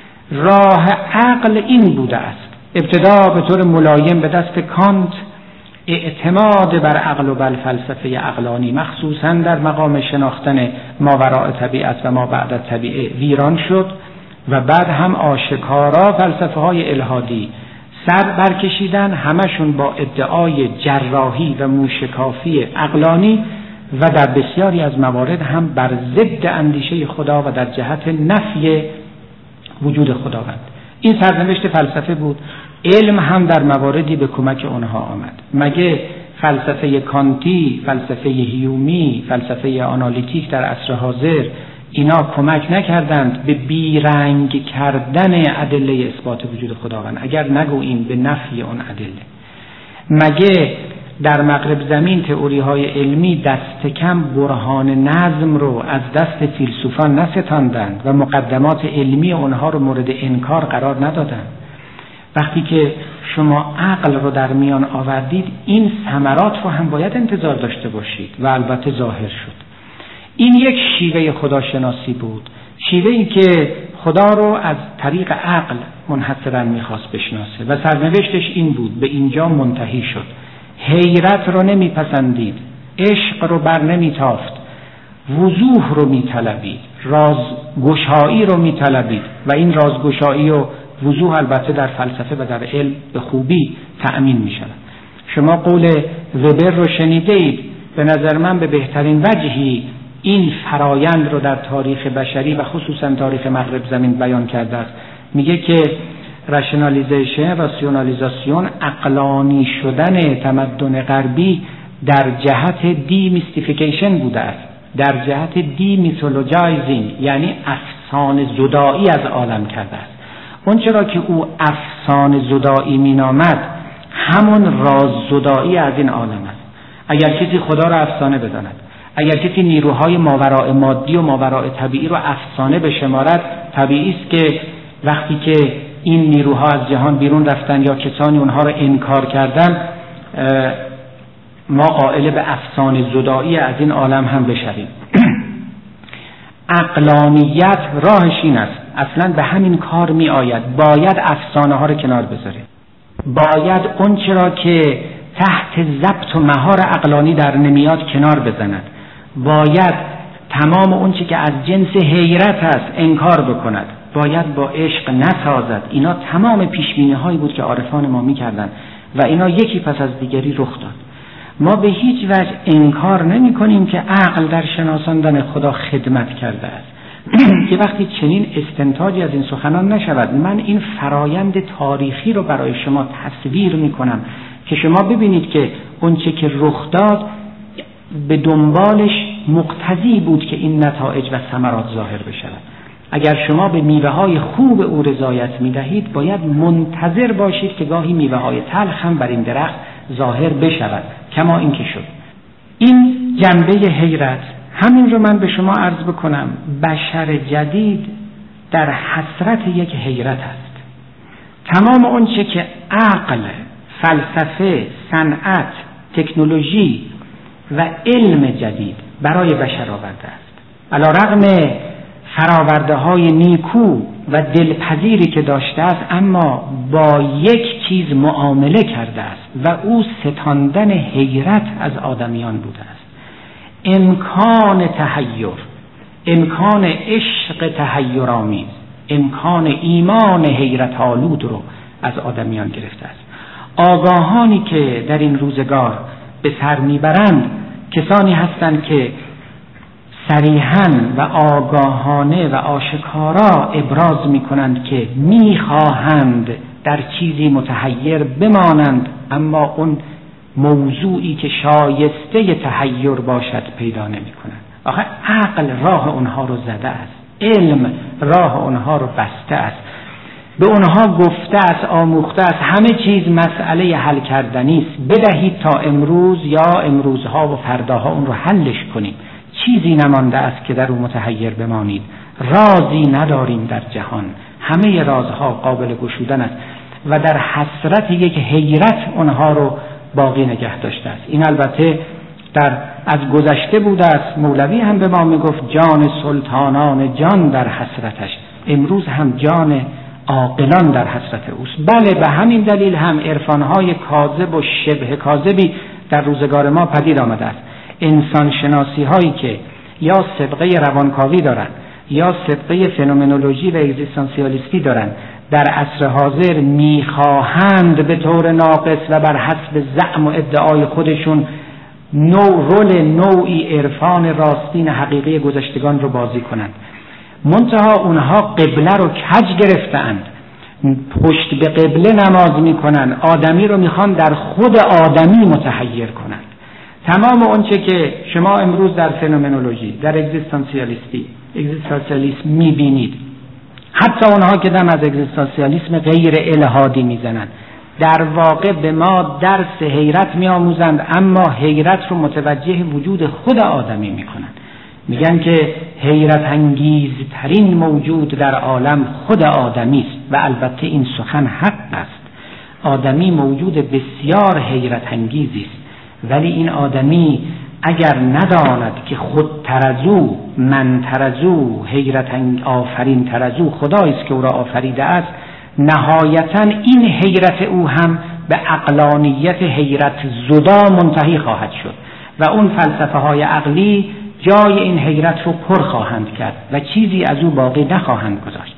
راه عقل این بوده است. ابتدا به طور ملایم به دست کانت اعتماد بر عقل و بر فلسفه عقلانی، مخصوصا در مقام شناختن ماوراء طبیعت و ما بعد از طبیعه، ویران شد و بعد هم آشکارا فلسفه های الهادی سر برکشیدن، همشون با ادعای جراحی و موشکافی عقلانی و در بسیاری از موارد هم بر ضد اندیشه خدا و در جهت نفی وجود خداوند. این سرنوشت فلسفه بود. علم هم در مواردی به کمک اونها آمد. مگه فلسفه کانتی، فلسفه هیومی، فلسفه آنالیتیک در عصر حاضر اینا کمک نکردند به بیرنگ کردن ادله اثبات وجود خداوند، اگر نگوییم به نفی اون ادله؟ مگه در مغرب زمین تئوری های علمی دست کم برهان نظم رو از دست فیلسوفان نستاندند و مقدمات علمی اونها رو مورد انکار قرار ندادند؟ وقتی که شما عقل رو در میان آوردید، این ثمرات رو هم باید انتظار داشته باشید و البته ظاهر شد. این یک شیوه خداشناسی بود، شیوهی که خدا رو از طریق عقل منحصراً میخواست بشناسه و سرنوشتش این بود، به اینجا منتهی شد. حیرت رو نمیپسندید، عشق رو بر نمیتافت، وضوح رو میطلبید، رازگشایی رو میطلبید و این رازگشایی و وضوح البته در فلسفه و در علم به خوبی تأمین میشود. شما قول وبر رو شنیده اید. به نظر من به بهترین وجهی این فرایند رو در تاریخ بشری و خصوصا تاریخ مغرب زمین بیان کرده است. میگه که راشنالیزاسیون، عقلانی شدن تمدن غربی در جهت دیمیستیفیکیشن بوده است، در جهت دیمیتولوژایزینگ، یعنی افسانه زدایی از عالم کرده است. اون چرا که او افسانه زدایی مینامد، همون راز زدایی از این عالم است. اگر کسی خدا را افسانه بداند، اگر کسی نیروهای ماوراء مادی و ماوراء طبیعی رو افسانه بشمارد، طبیعی است که وقتی که این نیروها از جهان بیرون رفتن یا کسانی اونها رو انکار کردن، ما قائل به افسانه زدایی از این عالم هم بشویم. عقلانیت راهش این است، اصلا به همین کار می آید. باید افسانه ها رو کنار بذاره، باید اون چرا که تحت ضبط و مهار عقلانی در نمیاد کنار بزند، باید تمام اون چی که از جنس حیرت است انکار بکند، باید با عشق نسازد. اینا تمام پیشبینی هایی بود که عارفان ما می کردن و اینا یکی پس از دیگری رخ داد. ما به هیچ وجه انکار نمی کنیم که عقل در شناساندن خدا خدمت کرده است که وقتی چنین استنتاجی از این سخنان نشود. من این فرایند تاریخی رو برای شما تصویر می کنم که شما ببینید که اون چه که رخ داد به دنبالش مقتضی بود که این نتایج و ثمرات ظاهر بشود. اگر شما به میوه های خوب او رضایت می دهید، باید منتظر باشید که گاهی میوه های تلخ هم بر این درخت ظاهر بشود، کما این که شد. این جنبه حیرت همین رو من به شما عرض بکنم، بشر جدید در حسرت یک حیرت است. تمام اون چه که عقل، فلسفه، صنعت، تکنولوژی و علم جدید برای بشر آورده است، علی رغم فراورده های نیکو و دلپذیری که داشته است، اما با یک چیز معامله کرده است و او ستاندن حیرت از آدمیان بوده است. امکان تحیر، امکان عشق تحیرآمیز، امکان ایمان حیرت آلود رو از آدمیان گرفته است. آگاهانی که در این روزگار به سر میبرند کسانی هستند که صریحاً و آگاهانه و آشکارا ابراز میکنند که میخواهند در چیزی متحیر بمانند، اما اون موضوعی که شایسته تحیر باشد پیدا نمیکنند. آخه عقل راه اونها رو زده است، علم راه اونها رو بسته است، به اونها گفته است، آموخته است همه چیز مسئله حل کردنی است، بدهید تا امروز یا امروزها و فرداها اون رو حلش کنیم. چیزی نمانده است که در اون متحیر بمانید. رازی نداریم در جهان، همه رازها قابل گشودن است و در حسرت یک حیرت اونها رو باقی نگه داشته است. این البته از گذشته بوده است. مولوی هم به ما میگفت جان سلطانان جان در حسرتش، امروز هم جان عاقلان در حسرت اوست. بله، به همین دلیل هم عرفانهای کاذب و شبه کاذبی در روزگار ما پدید آمده است. انسان شناسی هایی که یا سابقه روانکاوی دارند یا سابقه فنومنولوژی و اگزیستانسیالیستی دارند، در عصر حاضر میخواهند به طور ناقص و بر حسب زعم و ادعای خودشون نوعی عرفان راستین حقیقی گذشتگان رو بازی کنند. منتها اونها قبله رو کج گرفتند، پشت به قبله نماز میکنن، آدمی رو میخوان در خود آدمی متحیر کنند. تمام اونچه که شما امروز در فنومنولوژی، در اگزیستانسیالیسم میبینید، حتی اونها که دم از اگزیستانسیالیسم غیر الهادی میزنند، در واقع به ما درس حیرت میآموزند، اما حیرت رو متوجه وجود خود آدمی میکنند. میگن که حیرت انگیزترین موجود در عالم خود آدمی است و البته این سخن حق است. آدمی موجود بسیار حیرت انگیزی است، ولی این آدمی اگر نداند که خود ترزو، من ترزو، حیرت آفرین ترزو خدایی است که او را آفریده است، نهایتاً این حیرت او هم به عقلانیت حیرت زدا منتهی خواهد شد و اون فلسفه های عقلی جای این حیرت رو پر خواهند کرد و چیزی از او باقی نخواهند گذاشت.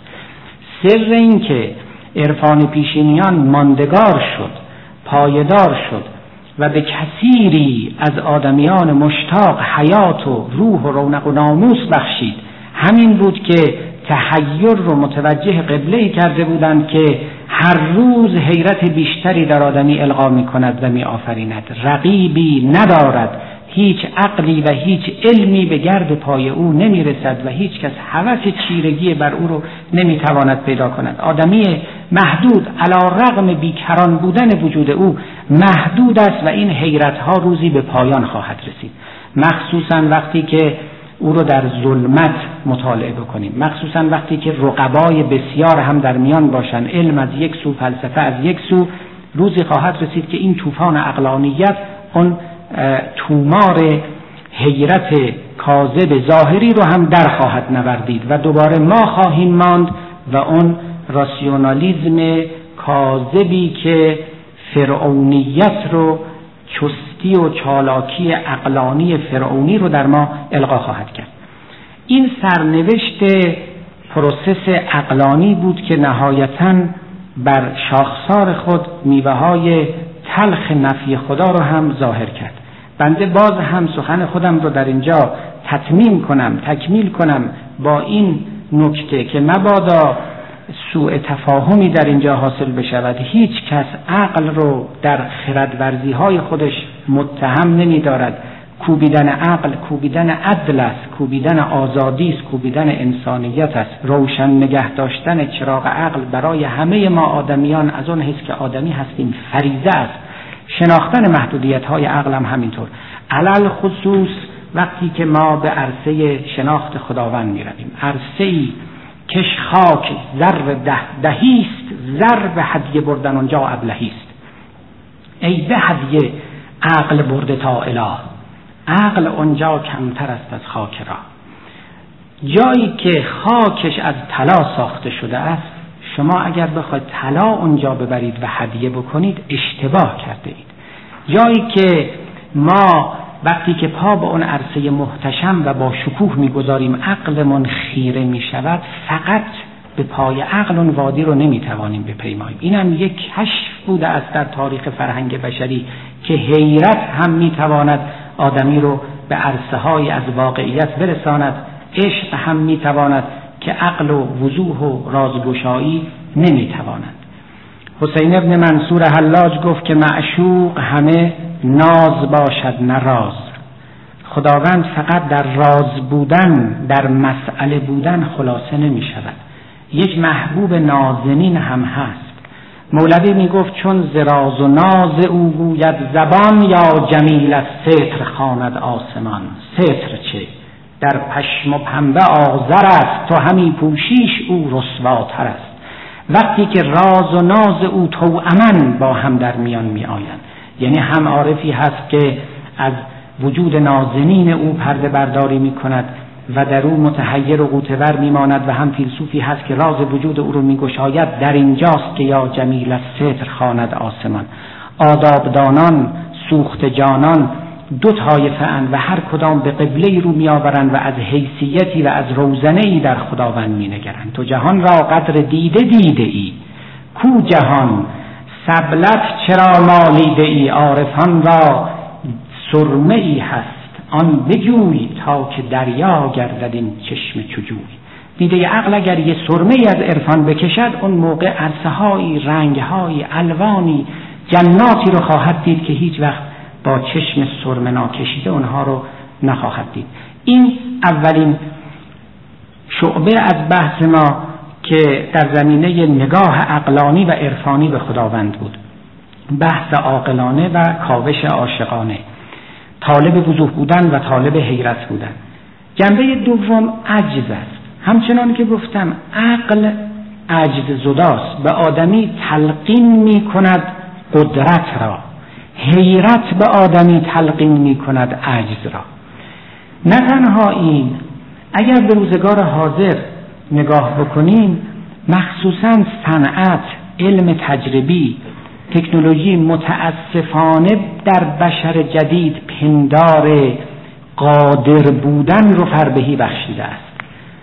سر این که عرفان پیشینیان ماندگار شد، پایدار شد و به کثیری از آدمیان مشتاق حیات و روح و رونق و ناموس بخشید، همین بود که تحیر رو متوجه قبله‌ای کرده بودند که هر روز حیرت بیشتری در آدمی القا می کند و می آفریند. رقیبی ندارد، هیچ عقلی و هیچ علمی به گرد پای او نمی رسد و هیچ کس هوس چیرگی بر او رو نمی تواند پیدا کند. آدمی محدود علی رغم بیکران بودن وجود او محدود است و این حیرت ها روزی به پایان خواهد رسید، مخصوصا وقتی که او رو در ظلمت مطالعه بکنیم، مخصوصا وقتی که رقبای بسیار هم در میان باشن، علم از یک سو، فلسفه از یک سو. روزی خواهد رسید که این طوفان عقلانیت اون تومار حیرت کاذب ظاهری رو هم در خواهد نوردید و دوباره ما خواهیم ماند و اون راسیونالیزم کاذبی که فرعونیت رو، چستی و چالاکی عقلانی فرعونی رو در ما القا خواهد کرد. این سرنوشت پروسس عقلانی بود که نهایتاً بر شاخسار خود میوه‌های تلخ نفی خدا رو هم ظاهر کرد. بنده باز هم سخن خودم رو در اینجا تکمیل کنم با این نکته که مبادا سوء تفاهمی در اینجا حاصل بشود. هیچ کس عقل رو در خردورزی های خودش متهم نمی دارد. کوبیدن عقل کوبیدن عدل است، کوبیدن آزادی است، کوبیدن انسانیت است. روشن نگه داشتن چراغ عقل برای همه ما آدمیان از اون حیث که آدمی هستیم فریضه است. شناختن محدودیت های عقل هم همینطور. علل خصوص وقتی که ما به عرصه شناخت خداوند می رویم، عرصه‌ای کش خاک زر دهیست، زر به هدیه بردن اونجا ابلهیست. ای به هدیه عقل برده تا اله، عقل اونجا کمتر است از خاک را. جایی که خاکش از طلا ساخته شده است، شما اگر بخواید طلا اونجا ببرید و هدیه بکنید اشتباه کرده اید. جایی که ما وقتی که پا به اون عرصه محتشم و با شکوه میگذاریم عقلمون خیره میشود، فقط به پای عقل اون وادی رو نمیتوانیم بپیماییم. اینم یک کشف بوده است در تاریخ فرهنگ بشری که حیرت هم میتواند آدمی رو به عرصه های از واقعیت برساند، عشق هم میتواند که عقل و وضوح و رازگشایی نمیتوانند. حسین ابن منصور حلاج گفت که معشوق همه ناز باشد نه راز. خداوند فقط در راز بودن، در مسئله بودن خلاصه نمی شود. یک محبوب نازنین هم هست. مولوی می گفت چون ز راز و ناز او گوید زبان، یا جمیل از ستر خواند آسمان. ستر چه؟ در پشم و پنبه آذر است، تو همی پوشیش او رسواتر است. وقتی که راز و ناز او توأمن با هم در میان می آیند، یعنی هم عارفی هست که از وجود نازنین او پرده برداری می کند و در او متحیر و غوطه‌ور می ماند، و هم فیلسوفی هست که راز وجود او رو می گشاید. در اینجاست که یا جمیل از ستر خواند آسمان. آدابدانان، سوخت جانان دو طایفه اند و هر کدام به قبله رو می آورند و از حیثیتی و از روزنه‌ای در خداوند می نگرند. تو جهان را قدر دیده دیده ای، کو جهان سبلت چرا مالیده ای. عارفان را سرمه ای هست آن بجوی، تا که دریا گردد این چشم چجوی. دیده عقل اگر یه سرمه ای از عرفان بکشد، اون موقع عرصه‌هایی، رنگ‌هایی، الوانی، جناتی رو خواهد دید که هیچ وقت با چشم سرمه ناکشیده اونها رو نخواهد دید. این اولین شعبه از بحث ما که در زمینه نگاه عقلانی و عرفانی به خداوند بود، بحث عاقلانه و کاوش عاشقانه، طالب وضوح بودن و طالب حیرت بودن. جنبه دوم عجز است. همچنان که گفتم عقل عجز زداست، به آدمی تلقین می کند قدرت را، حیرت به آدمی تلقین می کند عجز را. نه تنها این، اگر به روزگار حاضر نگاه بکنیم، مخصوصاً صنعت، علم تجربی، تکنولوژی متاسفانه در بشر جدید پندار قادر بودن رو فربهی بخشیده است.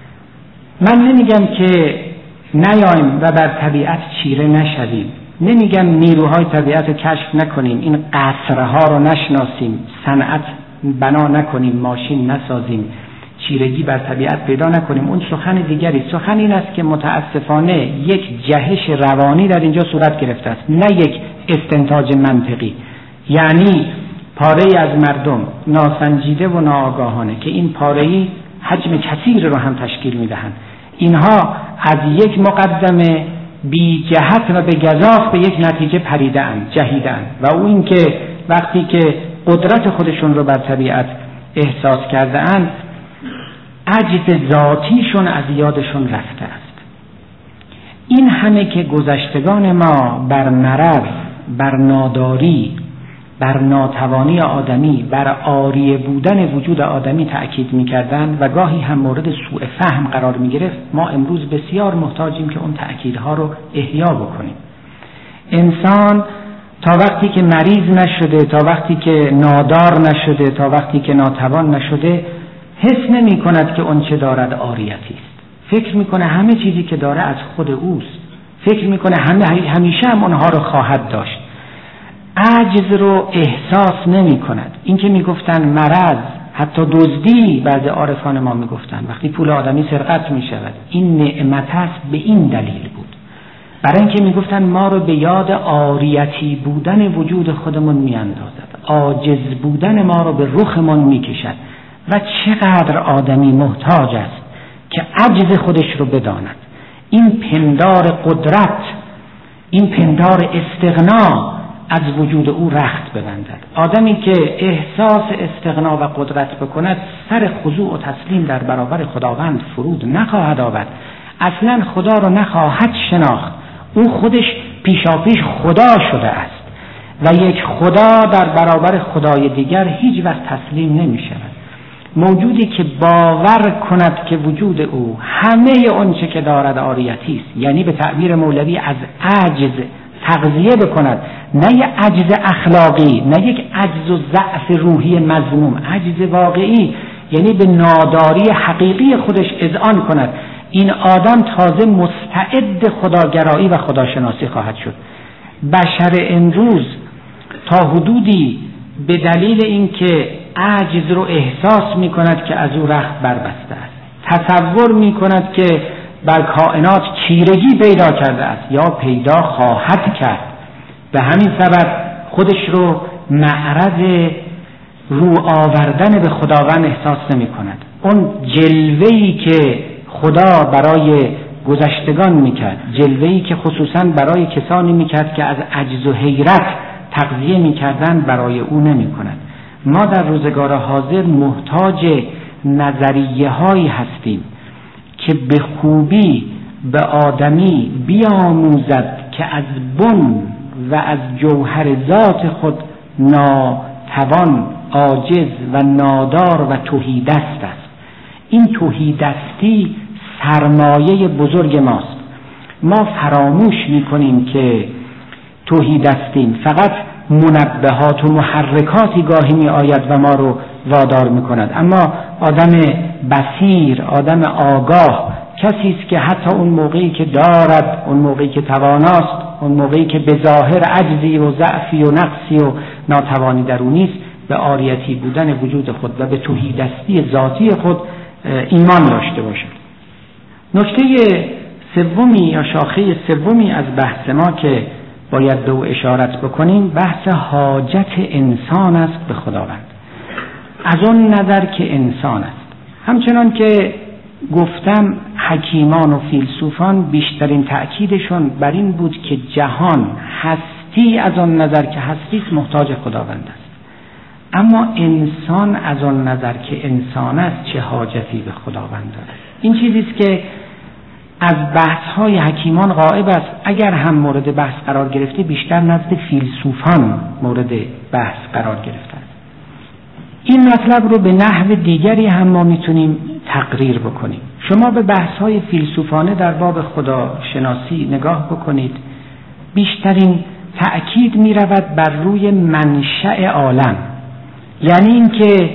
من نمیگم که نیایم و بر طبیعت چیره نشویم، نمیگم نیروهای طبیعت رو کشف نکنیم، این قصرها رو نشناسیم، صنعت بنا نکنیم، ماشین نسازیم، چیرگی بر طبیعت پیدا نکنیم. اون سخن دیگری. سخن این است که متاسفانه یک جهش روانی در اینجا صورت گرفته است، نه یک استنتاج منطقی. یعنی پاره‌ای از مردم ناسنجیده و ناآگاهانه که این پاره‌ای حجم کثیر رو هم تشکیل میدهند، اینها از یک مقدمه بی جهت و به گزاف به یک نتیجه پریده‌اند، جهیده‌اند، و او این که وقتی که قدرت خودشون رو بر طبیعت احساس کرده‌اند، عجز ذاتیشون از یادشون رفته است. این همه که گذشتگان ما بر مرض، بر ناداری، بر ناتوانی آدمی، بر عاریه بودن وجود آدمی تأکید می‌کردند و گاهی هم مورد سوء فهم قرار می‌گرفت، ما امروز بسیار محتاجیم که اون تأکیدها رو احیا بکنیم. انسان تا وقتی که مریض نشده، تا وقتی که نادار نشده، تا وقتی که ناتوان نشده، حس نمی کند که اون چه دارد عاریتی است. فکر میکنه همه چیزی که داره از خود اوست. فکر میکنه همیشه هم اونها رو خواهد داشت. عجز رو احساس نمی کند. این که میگفتن مرض، حتی دزدی، بعضی عارفان ما میگفتن وقتی پول آدمی سرقت میشود این نعمت است، به این دلیل بود. برای اینکه میگفتن ما رو به یاد عاریتی بودن وجود خودمون میاندازد، عاجز بودن ما رو به رخمون میکشد و چقدر آدمی محتاج است که عجز خودش رو بداند. این پندار قدرت، این پندار استغنا از وجود او رخت ببندد. آدمی که احساس استغنا و قدرت بکند سر خضوع و تسلیم در برابر خداوند فرود نخواهد آورد، اصلا خدا رو نخواهد شناخت. او خودش پیشاپیش خدا شده است و یک خدا در برابر خدای دیگر هیچ وقت تسلیم نمی شود. موجودی که باور کند که وجود او همه آنچه که دارد عاریتی است، یعنی به تعبیر مولوی از عجز تغذیه بکند، نه یک عجز اخلاقی، نه یک عجز و ضعف روحی مذموم، عجز واقعی، یعنی به ناداری حقیقی خودش اذعان کند، این آدم تازه مستعد خداگرایی و خداشناسی خواهد شد. بشر امروز تا حدودی به دلیل اینکه عجز رو احساس می کند که از او رخت بربسته است، تصور می کند که بر کائنات چیرگی پیدا کرده است یا پیدا خواهد کرد، به همین سبب خودش رو معرض رو آوردن به خداوند احساس نمی کند. اون جلوه‌ای که خدا برای گذشتگان میکرد، جلوه‌ای که خصوصا برای کسانی میکرد که از عجز و حیرت تغذیه میکردن، برای او نمی کند. ما در روزگار حاضر محتاج نظریه هایی هستیم که به خوبی به آدمی بیاموزد که از بن و از جوهر ذات خود ناتوان، عاجز و نادار و تهیدست است. این تهیدستی سرمایه بزرگ ماست. ما فراموش میکنیم که تهیدستیم، فقط منبهات و محرکاتی گاهی می آید و ما رو وادار می کند. اما آدم بصیر، آدم آگاه کسی است که حتی اون موقعی که دارد، اون موقعی که تواناست، اون موقعی که به ظاهر عجزی و ضعفی و نقصی و ناتوانی در اون نیست، به عاریتی بودن وجود خود و به تهیدستی ذاتی خود ایمان داشته باشد. نکته سومی یا شاخه سومی از بحث ما که باید به او اشارت بکنیم بحث حاجت انسان است به خداوند، از اون نظر که انسان است. همچنان که گفتم حکیمان و فیلسوفان بیشترین تأکیدشون بر این بود که جهان هستی از اون نظر که هستی محتاج خداوند است، اما انسان از اون نظر که انسان است چه حاجتی به خداوند دارد. این چیزی است که از بحث‌های حکیمان غائب است. اگر هم مورد بحث قرار گرفته بیشتر نزد فیلسوفان مورد بحث قرار گرفته. این مطلب رو به نحو دیگری هم ما میتونیم تقریر بکنیم. شما به بحث‌های فیلسوفانه در باب خداشناسی نگاه بکنید، بیشترین تأکید می‌رود بر روی منشأ عالم، یعنی اینکه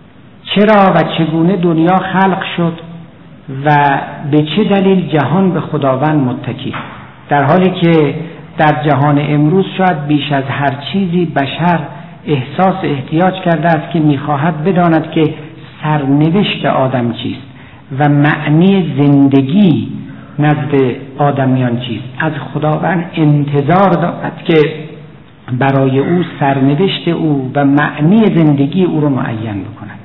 چرا و چگونه دنیا خلق شد و به چه دلیل جهان به خداوند متکی، در حالی که در جهان امروز شاید بیش از هر چیزی بشر احساس احتیاج کرده است که می‌خواهد بداند که سرنوشت آدم چیست و معنی زندگی نزد آدمیان چیست. از خداوند انتظار دارد که برای او سرنوشت او و معنی زندگی او رو معین بکند.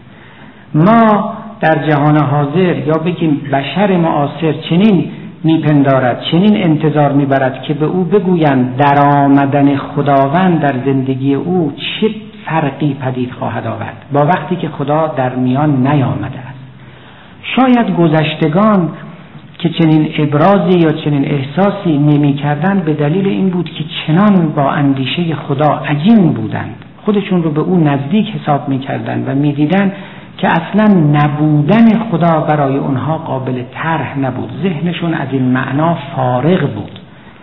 ما در جهان حاضر یا بگیم بشر معاصر چنین میپندارد، چنین انتظار میبرد که به او بگویند در آمدن خداوند در زندگی او چه فرقی پدید خواهد آورد با وقتی که خدا در میان نیامده است. شاید گذشتگان که چنین ابرازی یا چنین احساسی نمی‌کردند به دلیل این بود که چنان با اندیشه خدا عجین بودند، خودشون رو به او نزدیک حساب می‌کردند و می‌دیدند که اصلا نبودن خدا برای اونها قابل طرح نبود، ذهنشون از این معنا فارغ بود.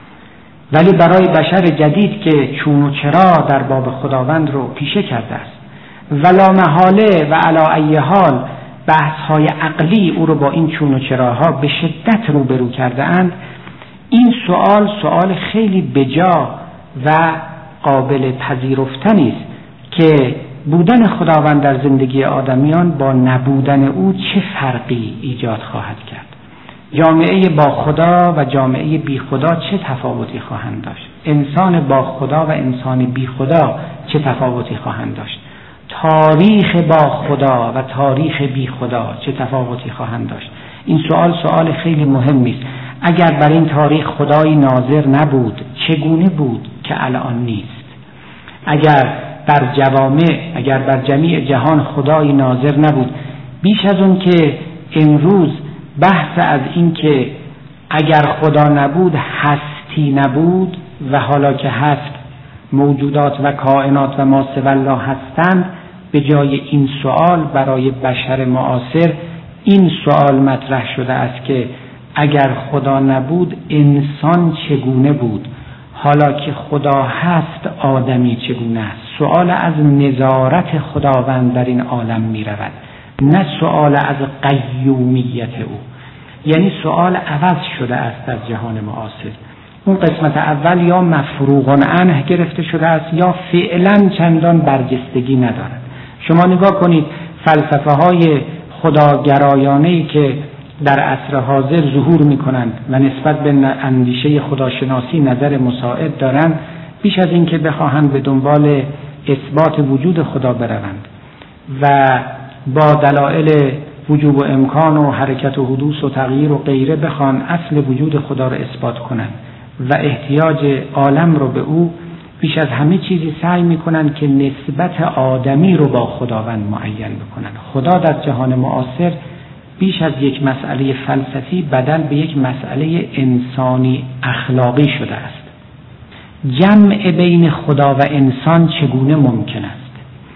ولی برای بشر جدید که چون و چرا در باب خداوند رو پیشه کرده است ولا محاله و علی ای حال بحث‌های عقلی او رو با این چون و چراها به شدت روبرو کرده اند، این سوال خیلی بجا و قابل پذیرفتنی است که بودن خداوند در زندگی آدمیان با نبودن او چه فرقی ایجاد خواهد کرد. جامعه با خدا و جامعه بی خدا چه تفاوتی خواهند داشت؟ انسان با خدا و انسان بی خدا چه تفاوتی خواهند داشت؟ تاریخ با خدا و تاریخ بی خدا چه تفاوتی خواهند داشت؟ این سوال خیلی مهمی است. اگر بر این تاریخ خدای ناظر نبود چگونه بود که الان نیست؟ اگر بر جوامع، اگر بر جمیع جهان خدای ناظر نبود، بیش از اون که امروز بحث از این که اگر خدا نبود هستی نبود و حالا که هست موجودات و کائنات و ما سوی الله هستند، به جای این سوال برای بشر معاصر این سوال مطرح شده است که اگر خدا نبود انسان چگونه بود، حالا که خدا هست آدمی چگونه است. سوال از نظارت خداوند در این عالم می رود، نه سوال از قیومیت او. یعنی سوال عوض شده است در جهان معاصر. اون قسمت اول یا مفروغ عنه گرفته شده است یا فعلا چندان برجستگی ندارد. شما نگاه کنید فلسفه های خداگرایانه‌ای که در عصر حاضر ظهور می‌کنند و نسبت به اندیشه خداشناسی نظر مساعد دارند، بیش از این که بخواهند به دنبال اثبات وجود خدا بروند و با دلایل وجوب و امکان و حرکت و حدوث و تغییر و غیره بخوان اصل وجود خدا را اثبات کنند و احتیاج عالم رو به او، بیش از همه چیزی سعی میکنن که نسبت آدمی رو با خداوند معین بکنن. خدا در جهان معاصر بیش از یک مسئله فلسفی بدل به یک مسئله انسانی اخلاقی شده است. جمع بین خدا و انسان چگونه ممکن است؟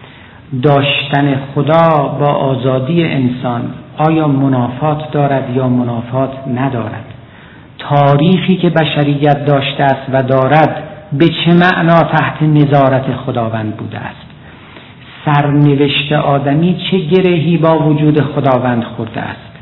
داشتن خدا با آزادی انسان آیا منافات دارد یا منافات ندارد؟ تاریخی که بشریت داشته است و دارد به چه معنا تحت نظارت خداوند بوده است؟ سرنوشت آدمی چه گرهی با وجود خداوند خورده است؟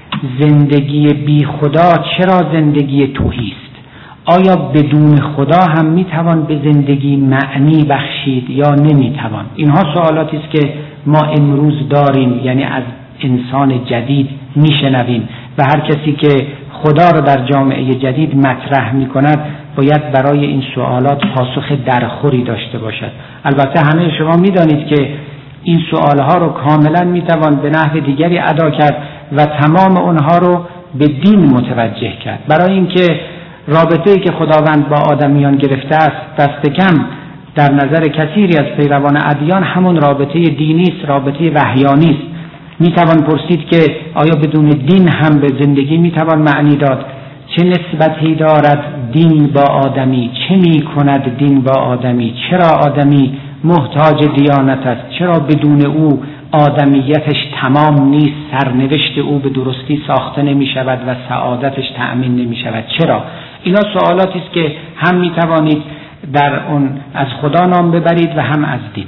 زندگی بی خدا چرا زندگی تهی است؟ آیا بدون خدا هم میتوان به زندگی معنی بخشید یا نمیتوان؟ اینها سوالاتی است که ما امروز داریم، یعنی از انسان جدید میشنویم و هر کسی که خدا را در جامعه جدید مطرح میکند باید برای این سوالات پاسخ درخوری داشته باشد. البته همه شما میدانید که این سوالها رو کاملا میتوان به نحو دیگری ادا کرد و تمام اونها رو به دین متوجه کرد، برای اینکه رابطه‌ای که خداوند با آدمیان گرفته است دست کم در نظر کثیری از پیروان ادیان همون رابطه دینی است، رابطه وحیانی است. میتوان پرسید که آیا بدون دین هم به زندگی میتوان معنی داد؟ چه نسبتی دارد دین با آدمی؟ چه میکند دین با آدمی؟ چرا آدمی محتاج دیانت است؟ چرا بدون او آدمیتش تمام نیست؟ سرنوشت او به درستی ساخته نمی شود و سعادتش تأمین نمی شود؟ چرا؟ اینا سوالاتی است که هم می توانید در اون از خدا نام ببرید و هم از دین.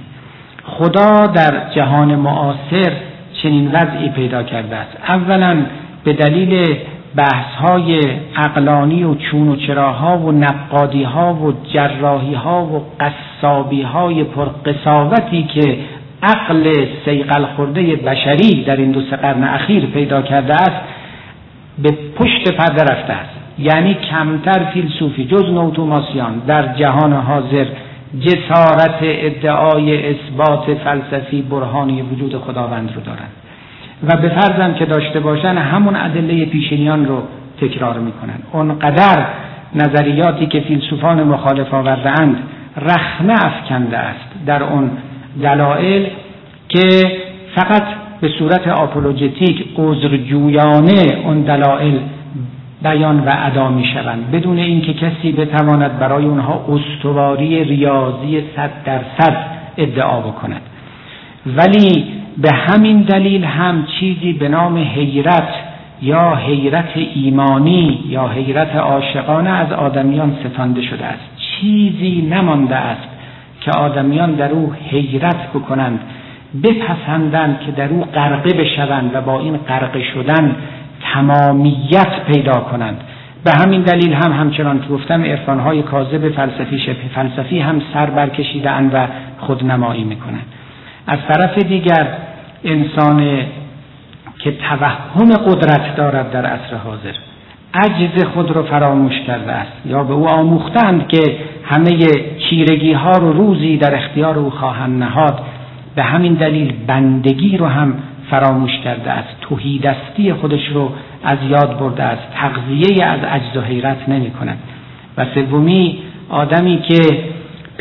خدا در جهان معاصر چنین وضعی پیدا کرده است. اولا به دلیل بحث‌های عقلانی و چون و چراها و نقادی‌ها و جراحی‌ها و قصابی‌های پرقساوتی که عقل صیقل خورده بشری در این 2-3 قرن اخیر پیدا کرده است به پشت پرده رفته است. یعنی کمتر فیلسوفی جز نوتوماسیان در جهان حاضر جسارت ادعای اثبات فلسفی برهانی وجود خداوند رو دارند و به فرضم که داشته باشن همون ادله پیشینیان رو تکرار میکنن. اونقدر نظریاتی که فیلسوفان مخالف آورده‌اند رخنه افکنده است در اون دلایل که فقط به صورت آپولوژتیک عذرجویانه اون دلایل بیان و ادا می شوند بدون اینکه کسی بتواند برای اونها استواری ریاضی 100% ادعا بکند. ولی به همین دلیل هم چیزی به نام حیرت یا حیرت ایمانی یا حیرت عاشقانه از آدمیان ستانده شده است. چیزی نمانده است که آدمیان در او حیرت بکنند، بپسندند که در او غرقه بشوند و با این غرقه شدن تمامیت پیدا کنند. به همین دلیل هم همچنان که گفتم عرفان‌های کاذب فلسفی شبه فلسفی هم سر برکشیده‌اند و خودنمایی می‌کنند. از طرف دیگر انسان که توهم قدرت دارد در عصر حاضر عجز خود رو فراموش کرده است یا به او آموختند که همه چیرگی‌ها رو روزی در اختیار او خواهند نهاد. به همین دلیل بندگی رو هم فراموش کرده است، تهیدستی خودش رو از یاد برده است، تغذیه از عجز و حیرت نمی کند. و سومی آدمی که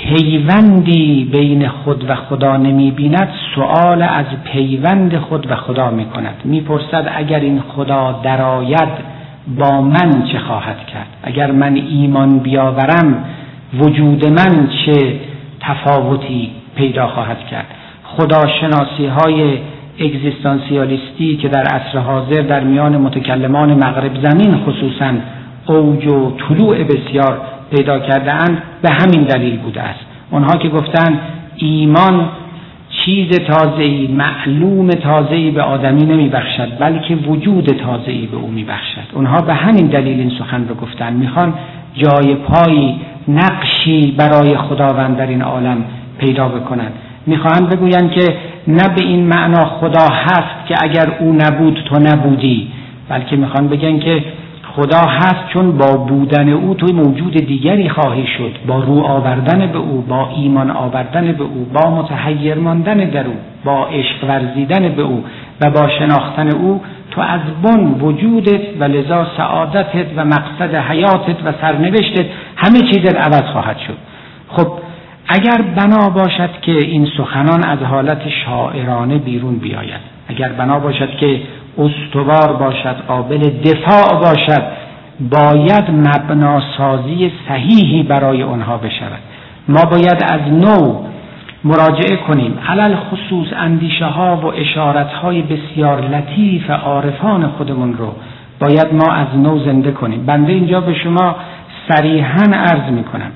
پیوندی بین خود و خدا نمی بیند، سؤال از پیوند خود و خدا می کند. می پرسد اگر این خدا درآید با من چه خواهد کرد؟ اگر من ایمان بیاورم وجود من چه تفاوتی پیدا خواهد کرد؟ خداشناسی های اگزیستانسیالیستی که در عصر حاضر در میان متکلمان مغرب زمین خصوصا اوج و طلوع بسیار پیدا کرده اند به همین دلیل بوده است. اونها که گفتند ایمان چیز تازه‌ای، معلوم تازه‌ای به آدمی نمی بخشد بلکه وجود تازه‌ای به او می بخشد. اونها به همین دلیل این سخن رو گفتن. میخوان جای پایی، نقشی برای خداوند در این عالم پیدا بکنند. میخواهند بگویند که نه به این معنا خدا هست که اگر او نبود تو نبودی، بلکه میخوان بگن که خدا هست چون با بودن او تو موجود دیگری خواهی شد، با رو آوردن به او، با ایمان آوردن به او، با متحیر ماندن در او، با عشق ورزیدن به او و با شناختن او تو از بن وجودت و لذا سعادتت و مقصد حیاتت و سرنوشتت همه چیزت عوض خواهد شد. خب اگر بنا باشد که این سخنان از حالت شاعرانه بیرون بیاید، اگر بنا باشد که استوار باشد، قابل دفاع باشد، باید مبناسازی صحیحی برای آنها بشود. ما باید از نو مراجعه کنیم، علل خصوص اندیشه ها و اشارت های بسیار لطیف عارفان خودمون رو باید ما از نو زنده کنیم. بنده اینجا به شما صریحاً عرض می کنم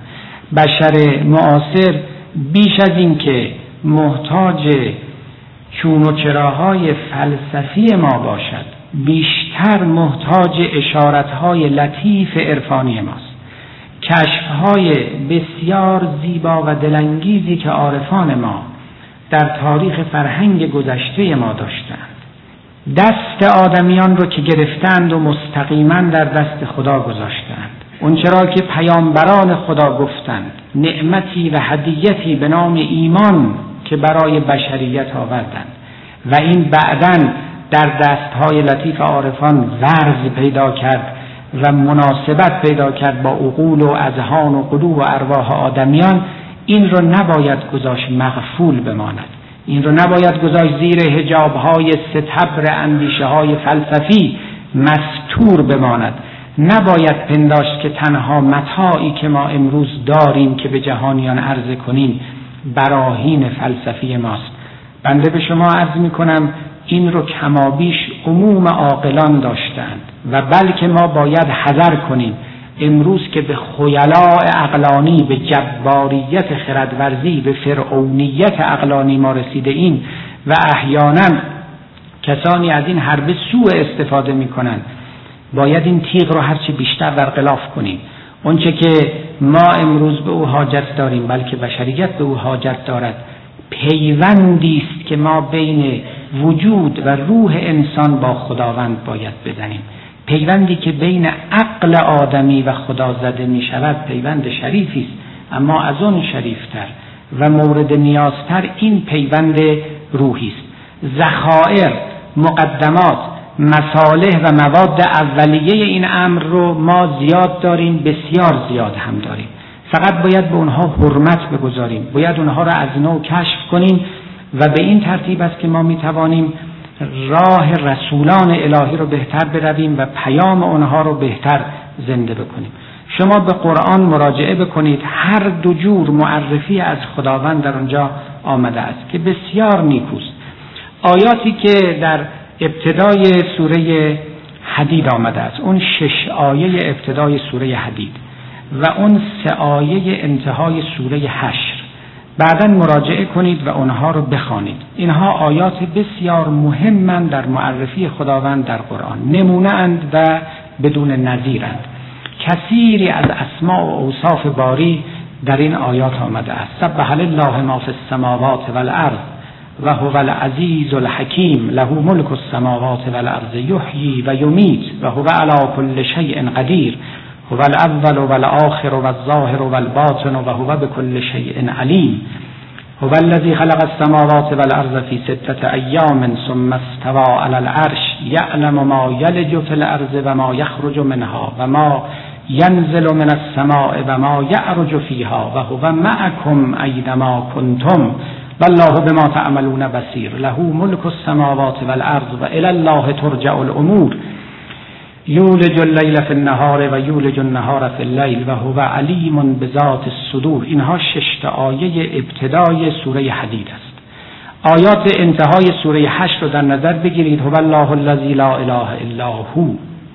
بشر معاصر بیش از این که محتاج چون و چراهای فلسفی ما باشد، بیشتر محتاج اشارتهای لطیف عرفانی ماست. کشفهای بسیار زیبا و دلانگیزی که عارفان ما در تاریخ فرهنگ گذشته ما داشتند، دست آدمیان رو که گرفتند و مستقیما در دست خدا گذاشتند. اون چرا که پیامبران خدا گفتند نعمتی و هدیتی به نام ایمان که برای بشریت آوردند و این بعداً در دستهای لطیف عارفان ورز پیدا کرد و مناسبت پیدا کرد با عقول و اذهان و قلوب و ارواح آدمیان. این رو نباید گذاشت مغفول بماند، این رو نباید گذاشت زیر حجابهای ستبر اندیشه‌های فلسفی مستور بماند. نباید پنداشت که تنها متاعی که ما امروز داریم که به جهانیان عرضه کنیم براهین فلسفی ماست. بنده به شما عرض می کنم این رو کمابیش عموم عاقلان داشتند و بلکه ما باید حذر کنیم امروز که به خیلاء عقلانی، به جباریت خردورزی، به فرعونیت عقلانی ما رسیده ایم و احیانا کسانی از این حربه سوء استفاده می کنند. باید این تیغ رو هرچی بیشتر برقلاف کنیم. اونچه که ما امروز به او حاجت داریم بلکه بشریت به او حاجت دارد پیوندی است که ما بین وجود و روح انسان با خداوند باید بزنیم. پیوندی که بین عقل آدمی و خدا زده می شود پیوند شریفی است، اما از اون شریفتر و مورد نیازتر این پیوند روحی است. ذخایر، مقدمات، مصالح و مواد اولیه این امر رو ما زیاد داریم، بسیار زیاد هم داریم. فقط باید به اونها حرمت بگذاریم، باید اونها رو از نو کشف کنیم و به این ترتیب است که ما میتوانیم راه رسولان الهی رو بهتر برویم و پیام اونها رو بهتر زنده بکنیم. شما به قرآن مراجعه بکنید، هر دو جور معرفی از خداوند در اونجا آمده است که بسیار نیکوست. آیاتی که در ابتدای سوره حدید آمده است، اون 6 آیه ابتدای سوره حدید و اون 3 آیه انتهای سوره حشر، بعداً مراجعه کنید و اونها رو بخوانید. اینها آیات بسیار مهمند در معرفی خداوند در قرآن، نمونه اند و بدون نظیرند. کثیری از اسماء و اوصاف باری در این آیات آمده است. سبح لله ما فی السماوات والارض و هو العزیز الحکیم له ملک السماوات والارض یحیی و یمیت و هو علی کل شیء قدیر هو الاول والآخر والظاهر والباطن و هو بكل شیء علیم هو الذی خلق السماوات والارض فی 6 ایام ثم استوى علی العرش یعلم ما یلج فی الارض و ما یخرج منها و ما ینزل من السماء و ما یعرج فیها و هو معکم اینما کنتم والله بما تعملون بصیر له ملک السماوات والارض و الی الله ترجع الامور یولج اللیل فی النهار و یولج النهار فی اللیل و هو علیم بذات الصدور. اینها 6 آیه ابتدای سوره حدید است. آیات انتهای سوره 8 رو در نظر بگیرید. هو الله الذی لا اله الا هو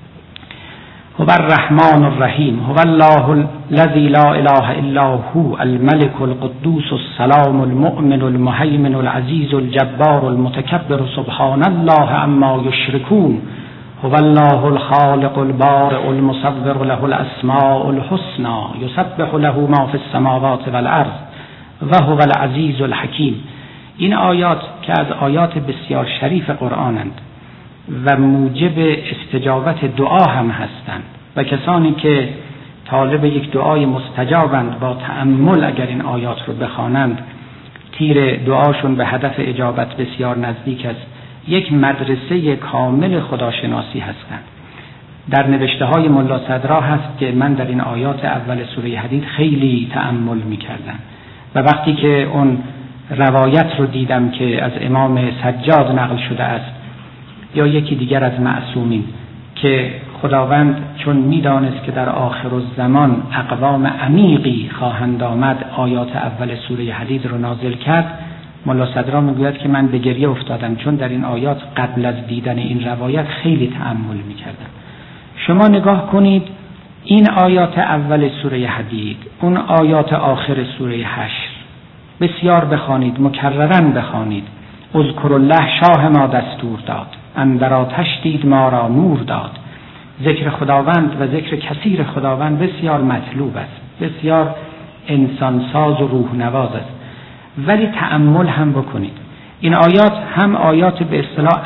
هو الرحمن الرحیم هو الله الذی لا اله الا هو الملك القدوس السلام المؤمن المهیمن العزیز الجبار المتکبر سبحان الله عما یشرکون هو الله الخالق البارئ المصور له الاسماء الحسنى یسبح له ما فی السماوات والارض و هو العزیز الحکیم. این آیات که از آیات بسیار شریف قرآنند و موجب استجابت دعا هم هستند و کسانی که طالب یک دعای مستجابند با تأمل اگر این آیات رو بخوانند تیر دعاشون به هدف اجابت بسیار نزدیک است. یک مدرسه کامل خداشناسی هستند. در نوشته های ملا صدرا هست که من در این آیات اول سوره حدید خیلی تأمل می کردم و وقتی که اون روایت رو دیدم که از امام سجاد نقل شده است یا یکی دیگر از معصومین که خداوند چون میدانست که در آخر الزمان اقوام عمیقی خواهند آمد آیات اول سوره حدید رو نازل کرد، ملا صدرا میگوید که من به گریه افتادم چون در این آیات قبل از دیدن این روایت خیلی تأمل میکردم. شما نگاه کنید این آیات اول سوره حدید، اون آیات آخر سوره حشر بسیار بخوانید، مکررن بخوانید. اذکر الله شاه ما دستور داد، اندر آتش دید ما را نور داد. ذکر خداوند و ذکر کثیر خداوند بسیار مطلوب است، بسیار انسانساز و روح نواز است، ولی تأمل هم بکنید. این آیات هم آیات به اصطلاح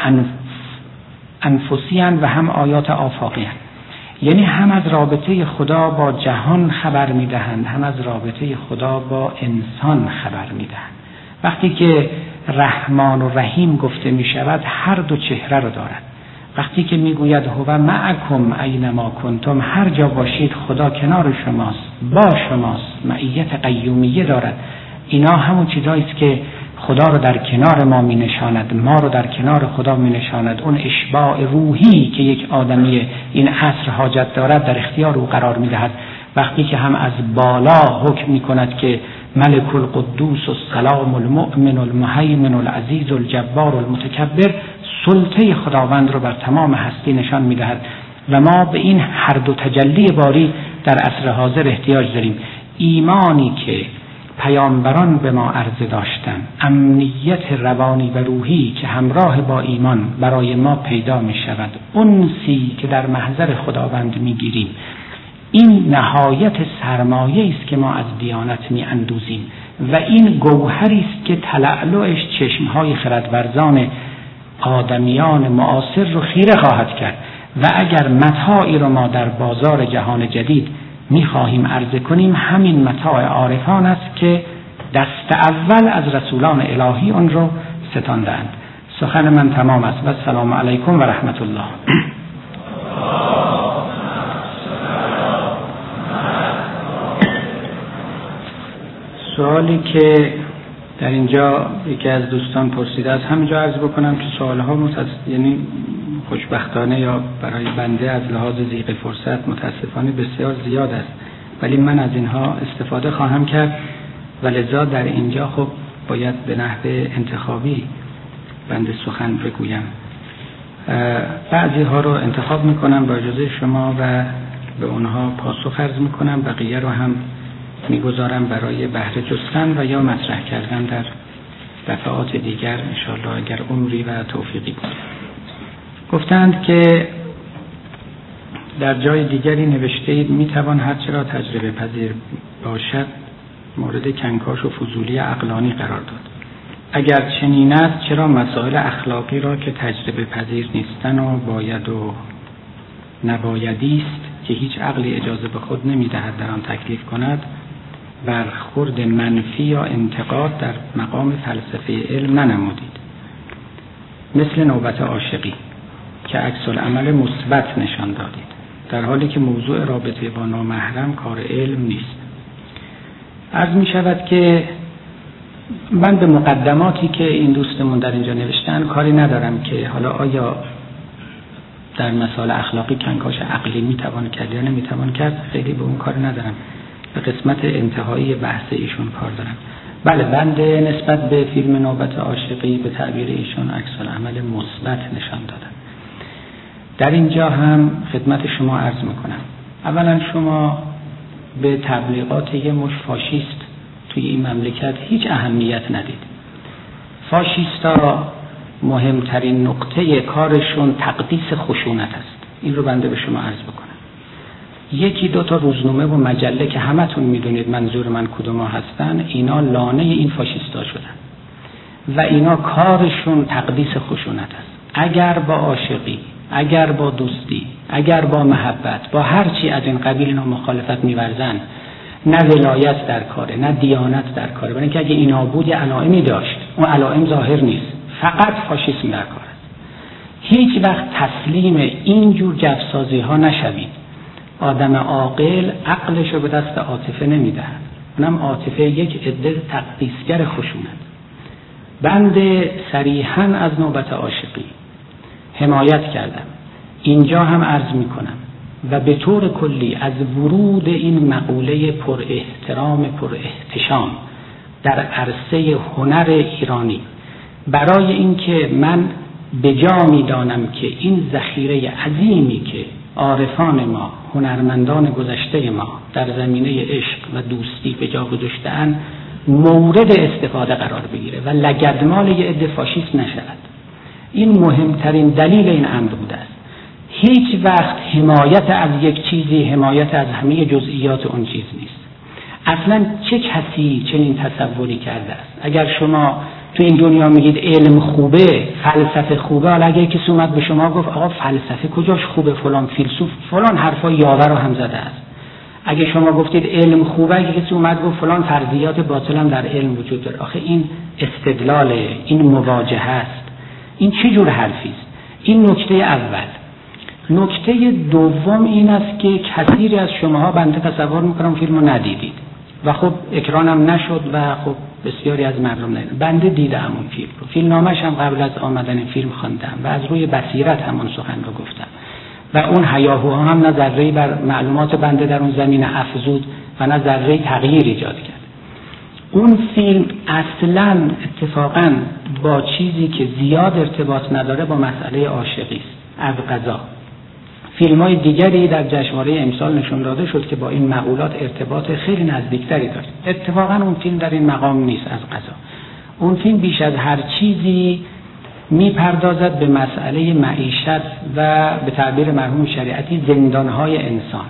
انفسی و هم آیات آفاقی هستند، یعنی هم از رابطه خدا با جهان خبر میدهند، هم از رابطه خدا با انسان خبر میدهند. وقتی که رحمان و رحیم گفته می شود هر دو چهره رو دارد. وقتی که می گوید هو معکم اینما کنتم، هر جا باشید خدا کنار شماست، با شماست، معیت قیومیه دارد. اینا همون چیزایی است که خدا رو در کنار ما می نشاند، ما رو در کنار خدا می نشاند. اون اشباع روحی که یک آدمی این عصر حاجت دارد در اختیار او قرار می دهد. وقتی که هم از بالا حکم می کند که ملک القدوس السلام المؤمن المهیمن العزیز الجبار المتکبر، سلطه خداوند رو بر تمام هستی نشان می دهد و ما به این هر دو تجلی باری در عصر حاضر احتیاج داریم. ایمانی که پیامبران به ما عرضه داشتند، امنیت روانی و روحی که همراه با ایمان برای ما پیدا می شود، انسی که در محضر خداوند می گیریم، این نهایت سرمایه است که ما از دیانت می اندوزیم و این گوهری است که تلألؤش چشمهای خردورزان آدمیان معاصر رو خیره خواهد کرد. و اگر متاعی رو ما در بازار جهان جدید می خواهیم عرضه کنیم، همین متاع عارفان است که دست اول از رسولان الهی اون رو ستاندند. سخن من تمام است و السلام علیکم و رحمت الله. سوالی که در اینجا یکی از دوستان پرسیده است، همینجا عرض بکنم که سوالها یعنی خوشبختانه یا برای بنده از لحاظ ضیق فرصت متاسفانه بسیار زیاد است، ولی من از اینها استفاده خواهم کرد و لذا در اینجا خب باید به نحو انتخابی بنده سخن بگویم. بعضی ها رو انتخاب میکنم با اجازه شما و به اونها پاسخ عرض میکنم، بقیه رو هم میگذارم برای بهره جستن و یا مطرح کردن در دفعات دیگر انشاءالله اگر عمری و توفیقی بود. گفتند که در جای دیگری نوشته اید میتوان هرچه را تجربه پذیر باشد مورد کنکاش و فضولی عقلانی قرار داد. اگر چنین است چرا مسائل اخلاقی را که تجربه پذیر نیستن و باید و نبایدی است که هیچ عقلی اجازه به خود نمیدهد در آن تکلیف کند، برخورد منفی یا انتقاد در مقام فلسفه علم ننمودید؟ مثل نوبت عاشقی که عکس العمل مثبت نشان دادید. در حالی که موضوع رابطه با نامحرم کار علم نیست. عرض می شود که من به مقدماتی که این دوستمون در اینجا نوشتن کاری ندارم که حالا آیا در مسائل اخلاقی کنکاش عقلی میتوان کرد یا نمیتوان کرد، خیلی به اون کاری ندارم. به قسمت انتهایی بحث ایشون کار دارم. بله، بنده نسبت به فیلم نوبت عاشقی به تعبیر ایشون عکس العمل مثبت نشان دادم. در اینجا هم خدمت شما عرض میکنم، اولا شما به تبلیغات یه مش فاشیست توی این مملکت هیچ اهمیت ندید. فاشیستا مهمترین نقطه کارشون تقدیس خشونت است. این رو بنده به شما عرض بکنم. یکی دو تا روزنامه و مجله که همتون میدونید منظور من کدوما هستن، اینا لانه این فاشیستا شدن و اینا کارشون تقدیس خشونت است. اگر با عاشقی، اگر با دوستی، اگر با محبت، با هر چی از این قبیل اینا مخالفت می‌ورزن، نه ولایت در کاره، نه دیانت در کاره. برای اینکه اگه اینا بود یه علائمی داشت، اون علائم ظاهر نیست، فقط فاشیسم در کار است. هیچ وقت تسلیم این جور جفسازی ها نشوید. آدم عاقل عقلش رو به دست عاطفه نمیدهد، اونم عاطفه یک عده تقدیسگر خشونت. بنده صریحاً از نوبت عاشقی حمایت کردم، اینجا هم عرض میکنم و به طور کلی از ورود این مقوله پر احترام پر احتشام در عرصه هنر ایرانی، برای اینکه من به جا میدانم که این ذخیره عظیمی که عارفان ما، هنرمندان گذشته ما در زمینه عشق و دوستی به جا گذاشته‌اند مورد استفاده قرار بگیره و لگدمال یه عده فاشیست نشود. این مهمترین دلیل این امر بوده است. هیچ وقت حمایت از یک چیزی حمایت از همه جزئیات اون چیز نیست. اصلا چه کسی چنین تصوری کرده است؟ اگر شما تو این دنیا میگید علم خوبه، فلسفه خوبه، حالا اگه کسی اومد به شما گفت آقا فلسفه کجاش خوبه، فلان فیلسوف فلان حرفا یاور رو هم زده است. اگه شما گفتید علم خوبه، اگه کسی اومد گفت فلان فرضیات باطل هم در علم وجود داره. آخه این استدلاله، این مواجهه است. این چه جور حرفی است؟ این نکته اول. نکته دوم این است که کثیری از شماها بنده تصور میکنم فیلمو ندیدید و خب اکرانم نشد و خب بسیاری از مردم ندیدن. بنده دیدم اون فیلم رو، فیلمنامه‌اش هم قبل از آمدن این فیلم خواندم و از روی بصیرت همون سخن رو گفتم و اون هیاهوها هم نه ذره‌ای بر معلومات بنده در اون زمینه افزود و نه ذره‌ای تغییر ایجاد کرد. اون فیلم اصلاً اتفاقاً با چیزی که زیاد ارتباط نداره با مسئله عاشقی است. از قضا فیلم‌های دیگری در جشنواره امسال نشون داده شد که با این مقولات ارتباط خیلی نزدیکتری داشت. اتفاقاً اون فیلم در این مقام نیست. از قضا اون فیلم بیش از هر چیزی میپردازد به مسئله معیشت و به تعبیر مرحوم شریعتی زندان‌های انسان.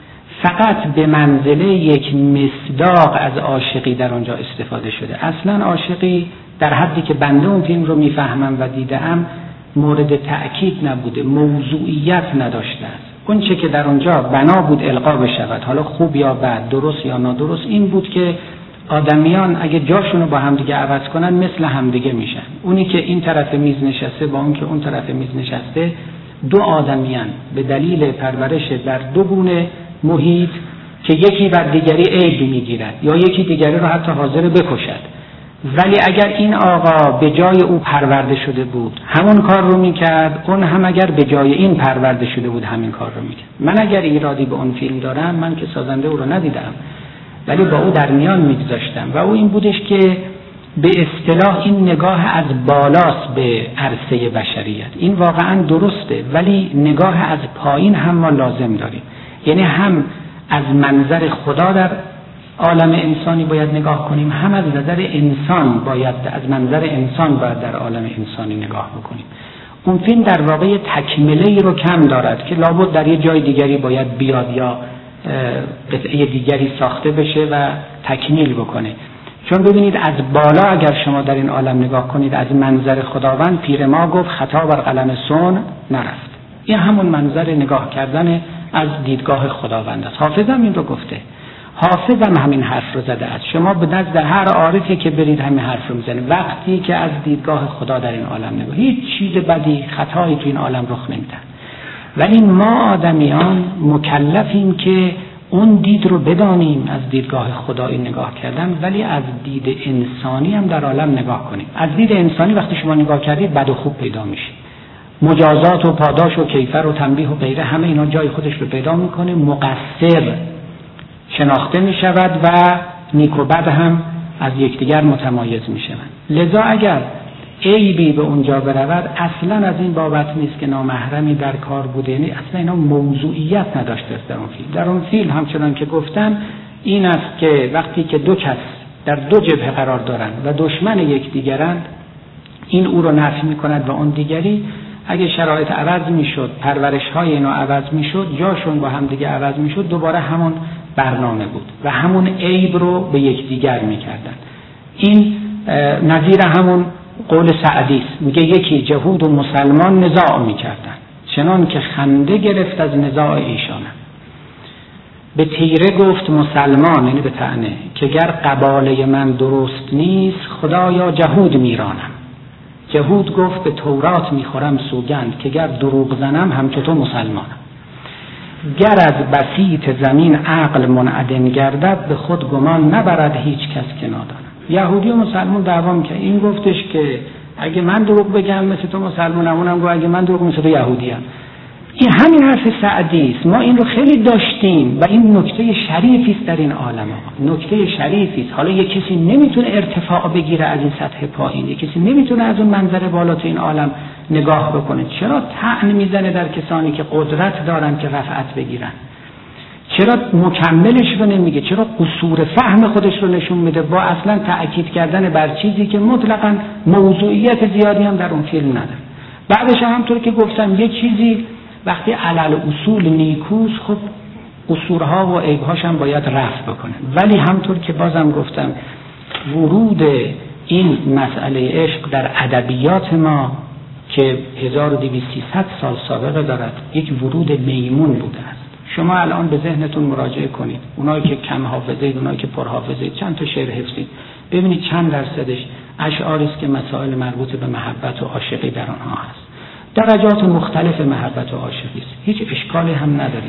فقط به منزله یک مصداق از عاشقی در آنجا استفاده شده. اصلاً عاشقی در حدی که بنده اون فیلم رو میفهمم و دیدم مورد تأکید نبوده، موضوعیت نداشته است. اون چه که در اونجا بنا بود القا بشود، حالا خوب یا بد، درست یا نادرست، این بود که آدمیان اگه جاشونو با همدیگه عوض کنن مثل همدیگه میشن. اونی که این طرف میز نشسته با اون که اون طرف میز نشسته دو آدمیان به دلیل پرورش در دو گونه محیط که یکی بر دیگری عیب میگیرد یا یکی دیگری رو حتی حاضر بکشد. ولی اگر این آقا به جای او پرورده شده بود همون کار رو میکرد، اون هم اگر به جای این پرورده شده بود همین کار رو میکرد. من اگر ایرادی به اون فیلم دارم، من که سازنده او رو ندیدم ولی با او در میان میگذاشتم و او این بودش که به اصطلاح این نگاه از بالاست به عرصه بشریت. این واقعا درسته، ولی نگاه از پایین هم ما لازم داریم. یعنی هم از منظر خدا در عالم انسانی باید نگاه کنیم، هم از نظر انسان باید از منظر انسان باید در عالم انسانی نگاه بکنیم. اون فیلم در واقع تکمله‌ای رو کم دارد که لابد در یه جای دیگری باید بیاد یا قطعه دیگری ساخته بشه و تکمیل بکنه. چون ببینید از بالا اگر شما در این عالم نگاه کنید، از منظر خداوند، پیر ما گفت خطا بر قلم صنع نرفت. این همون منظر نگاه کردن از دیدگاه خداوند است. حافظ هم این رو گفته، حافظ هم همین حرف رو زده است. شما به نزد هر عارفی که برید همین حرف رو میزنه، وقتی که از دیدگاه خدا در این عالم نگاه، هیچ چیز بدی خطایی تو این عالم رخ نمیده. ولی ما آدمیان مکلفیم که اون دید رو بدانیم، از دیدگاه خدایی نگاه کردن، ولی از دید انسانی هم در عالم نگاه کنیم. از دید انسانی وقتی شما نگاه کردید بد و خوب پیدا میشه، مجازات و پاداش و کیفر و تنبیه و غیره، همه اینا جای خودش رو پیدا میکنه، مقصر شناخته میشود و نیک و بد هم از یکدیگر متمایز میشوند. لذا اگر عیبی به اونجا برود اصلا از این بابت نیست که نامحرمی در کار بوده، یعنی اصلا اینا موضوعیت نداشته است در اون فیلم. در اون فیلم همچنان که گفتم این است که وقتی که دو کس در دو جبهه قرار دارند و دشمن یکدیگرند، این او رو نفی میکند و اون دیگری، اگه شرایط عوض میشد، پرورش های اینا عوض میشد، جاشون با هم دیگه عوض میشد، دوباره همون برنامه بود و همون عیب رو به یکدیگر میکردن. این نظیر همون قول سعدی است، میگه یکی جهود و مسلمان نزاع میکردن، چنان که خنده گرفت از نزاع ایشانم. به تیره گفت مسلمان، یعنی به طعنه، که گر قباله من درست نیست خدایا جهود میرانم. جهود گفت به تورات میخورم سوگند، که گر دروغ زنم همچو تو مسلمانم. گر از بسیط زمین عقل منعدم گردد، به خود گمان نبرد هیچ کس که نادانم. یهودی و مسلمان دعوا میکنن، این گفتش که اگه من دروغ بگم مثل تو مسلمانم، اونم گفت اگه من دروغ مثل تو یهودیم. این همین حرف سعدی است. ما این رو خیلی داشتیم و این نکته شریفی است در این عالم. نکته شریفی است. حالا یک کسی نمیتونه ارتفاع بگیره از این سطح پایین، یک کسی نمیتونه از اون منظر بالا تو این عالم نگاه بکنه. چرا طعن میزنه در کسانی که قدرت دارن که رفعت بگیرن؟ چرا مکملش رو نمیگه؟ چرا قصور فهم خودش رو نشون میده با اصلا تأکید کردن بر چیزی که مطلقاً موضوعیت زیادی هم در اون فیلم نداره؟ بعدش همونطور که گفتم یه چیزی وقتی علل اصول نیکوس، خب قصورها و عیبهاش هم باید رفع بکنه. ولی همونطور که بازم گفتم ورود این مسئله عشق در ادبیات ما که 1200 سال سابقه دارد، یک ورود میمون بوده است. شما الان به ذهنتون مراجعه کنید، اونایی که کم حافظه، اونایی که پر حافظه، چند تا شعر حفظید، ببینید چند درصدش اشعاری است که مسائل مربوط به محبت و عاشقی در آنها هست. درجات مختلف محبت و عاشقی است، هیچ اشکالی هم نداره.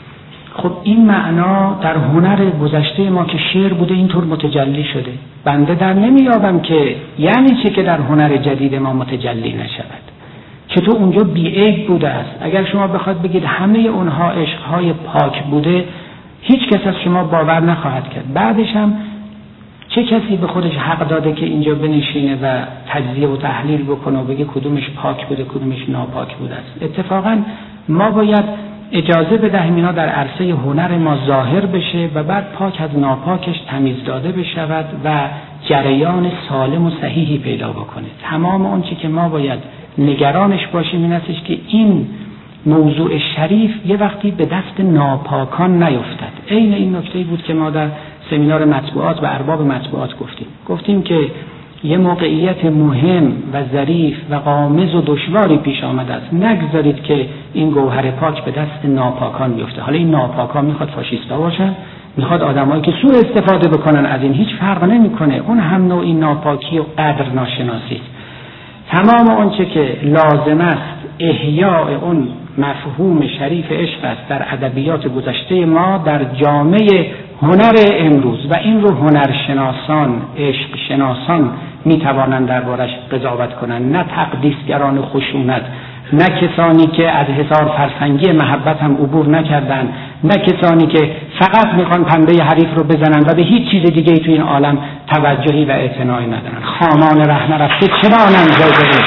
خب این معنا در هنر گذشته ما که شعر بوده اینطور متجلی شده. بنده در نمیابم که یعنی چه که در هنر جدید ما متجلی نشود، چطور اونجا بی‌عیب بوده است. اگر شما بخواد بگید همه اونها عشقهای پاک بوده، هیچ کس از شما باور نخواهد کرد. بعدش هم چه کسی به خودش حق داده که اینجا بنشینه و تجزیه و تحلیل بکنه و بگه کدومش پاک بوده کدومش ناپاک بوده است؟ اتفاقا ما باید اجازه بدهیم اینا در عرصه هنر ما ظاهر بشه و بعد پاک از ناپاکش تمیز داده بشود و جریان سالم و صحیحی پیدا بکنه. تمام اون چی که ما باید نگرانش باشیم این استش که این موضوع شریف یه وقتی به دست ناپاکان نیفتد. عین این نکته بود که ما در سمینار مطبوعات و ارباب مطبوعات گفتیم که یه موقعیت مهم و ظریف و غامض و دشواری پیش آمده است. نگذارید که این گوهر پاک به دست ناپاکان بیفته. حالا این ناپاکان میخواد فاشیستا باشن، میخواد آدمایی که سوء استفاده بکنن از این، هیچ فرق نمیکنه. اون هم نوعی ناپاکی و قدر ناشناسی است. تمام اون چه که لازم است احیاء اون مفهوم شریف عشق است در ادبیات گذشته ما در جامعه هنر امروز، و این رو هنرشناسان، عشق شناسان میتوانند دربارش قضاوت کنند، نه تقدیسگران خشونت، نه کسانی که از حصار فرسنگی محبت هم عبور نکردند، نه کسانی که فقط میخوان پنبه حریف رو بزنن و به هیچ چیز دیگه توی این عالم توجهی و اعتنایی ندارن. خامان ره نرفته چرا نمی‌ذاره؟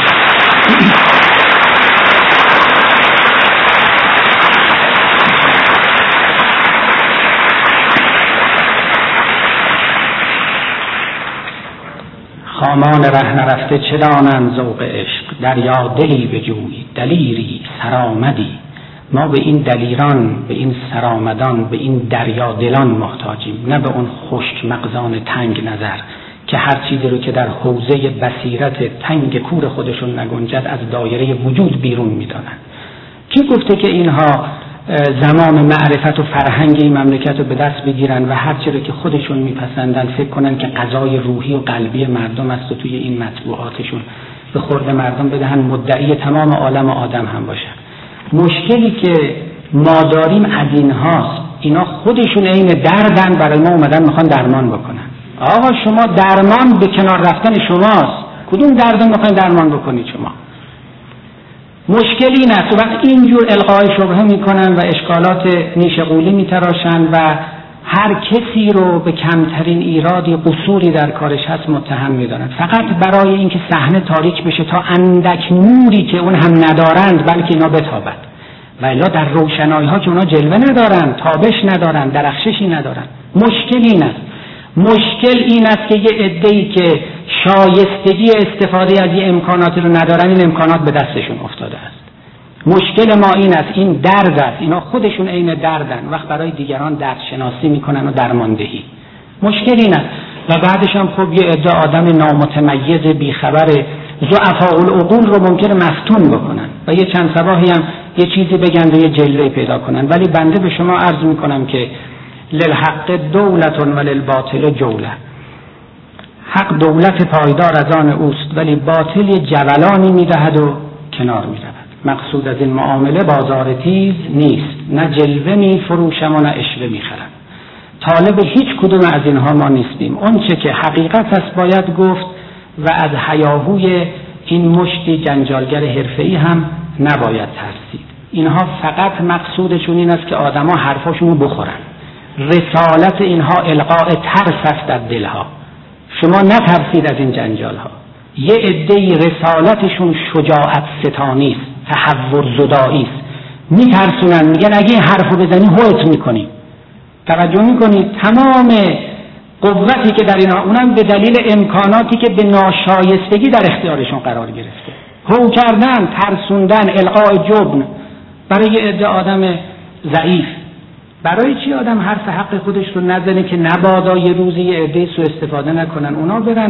خامان ره نرفته چه دانند ذوق عشق، دریا دلی بجوی دلیری سرآمدی. ما به این دلیران، به این سرآمدان، به این دریا دلان محتاجیم، نه به اون خشک مغزان تنگ نظر که هر چیزی رو که در حوزه بصیرت تنگ کور خودشون نگنجد از دایره وجود بیرون میدانند. کی گفته که اینها زمام معرفت و فرهنگ این مملکت رو به دست بگیرن و هر چی رو که خودشون میپسندن فکر کنن که غذای روحی و قلبی مردم است و توی این مطبوعاتشون به خورد مردم بدهن، مدعی تمام عالم آدم هم باشن؟ مشکلی که ما داریم از این هاست. اینا خودشون عین دردن، برای ما اومدن میخوان درمان بکنن. آقا شما درمان به کنار رفتن شماست، کدوم دردو میخواین درمان بکنید شما؟ مشکلی این است. و وقت اینجور القای شبهه میکنن و اشکالات نیش قولی میتراشن و هر کسی رو به کمترین ایرادی قصوری در کارش هست متهم میدارن، فقط برای اینکه صحنه تاریک بشه تا اندک نوری که اون هم ندارند بلکه اینا بتابد. و الا در روشنایی ها که اونا جلوه ندارن، تابش ندارن، درخششی ندارن. مشکل این است. مشکل این است که یه عده‌ای که شایستگی استفاده از این امکاناتی رو ندارن، این امکانات به دستشون افتاده است. مشکل ما این است، این درد است. اینا خودشون عین دردن، وقت برای دیگران درد شناسی میکنن و درماندهی. مشکل این است. و بعدش هم خب یه عده آدم نامتمیز بیخبر ضعفاء العقول رو ممکنه مفتون بکنن و یه چند صباحی هم یه چیزی بگن و یه جلوه پیدا کنن. ولی بنده به شما عرض میکنم که للحق دولت و للباطل جوله. حق دولت پایدار از آن اوست، ولی باطل جولانی میدهد و کنار میرود. مقصود از این معامله بازار تیز نیست، نه جلوه میفروشم و نه عشوه میخرم. طالب هیچ کدوم از اینها ما نیستیم. اون چه که حقیقت است باید گفت و از هیاهوی این مشتی جنجالگر حرفه‌ای هم نباید ترسید. اینها فقط مقصودشون این است که آدما حرفاشون رو بخورن. رسالت اینها القاء ترس است در دلها. شما نترسید از این جنجال ها. یه عده‌ای رسالتشون شجاعت ستانی است، تحور زدایی است. میترسونن، میگن اگه این حرفو بزنی هوت میکنیم. توجه میکنید تمام قوتی که در اینها، اونم به دلیل امکاناتی که به ناشایستگی در اختیارشون قرار گرفته، هو کردن، ترسوندن، القاء جبن برای یه عده آدم ضعیف. برای چی آدم حرف حق خودش رو نزنه که نبادا یه روزی یه عده سوء استفاده نکنن، اونا برن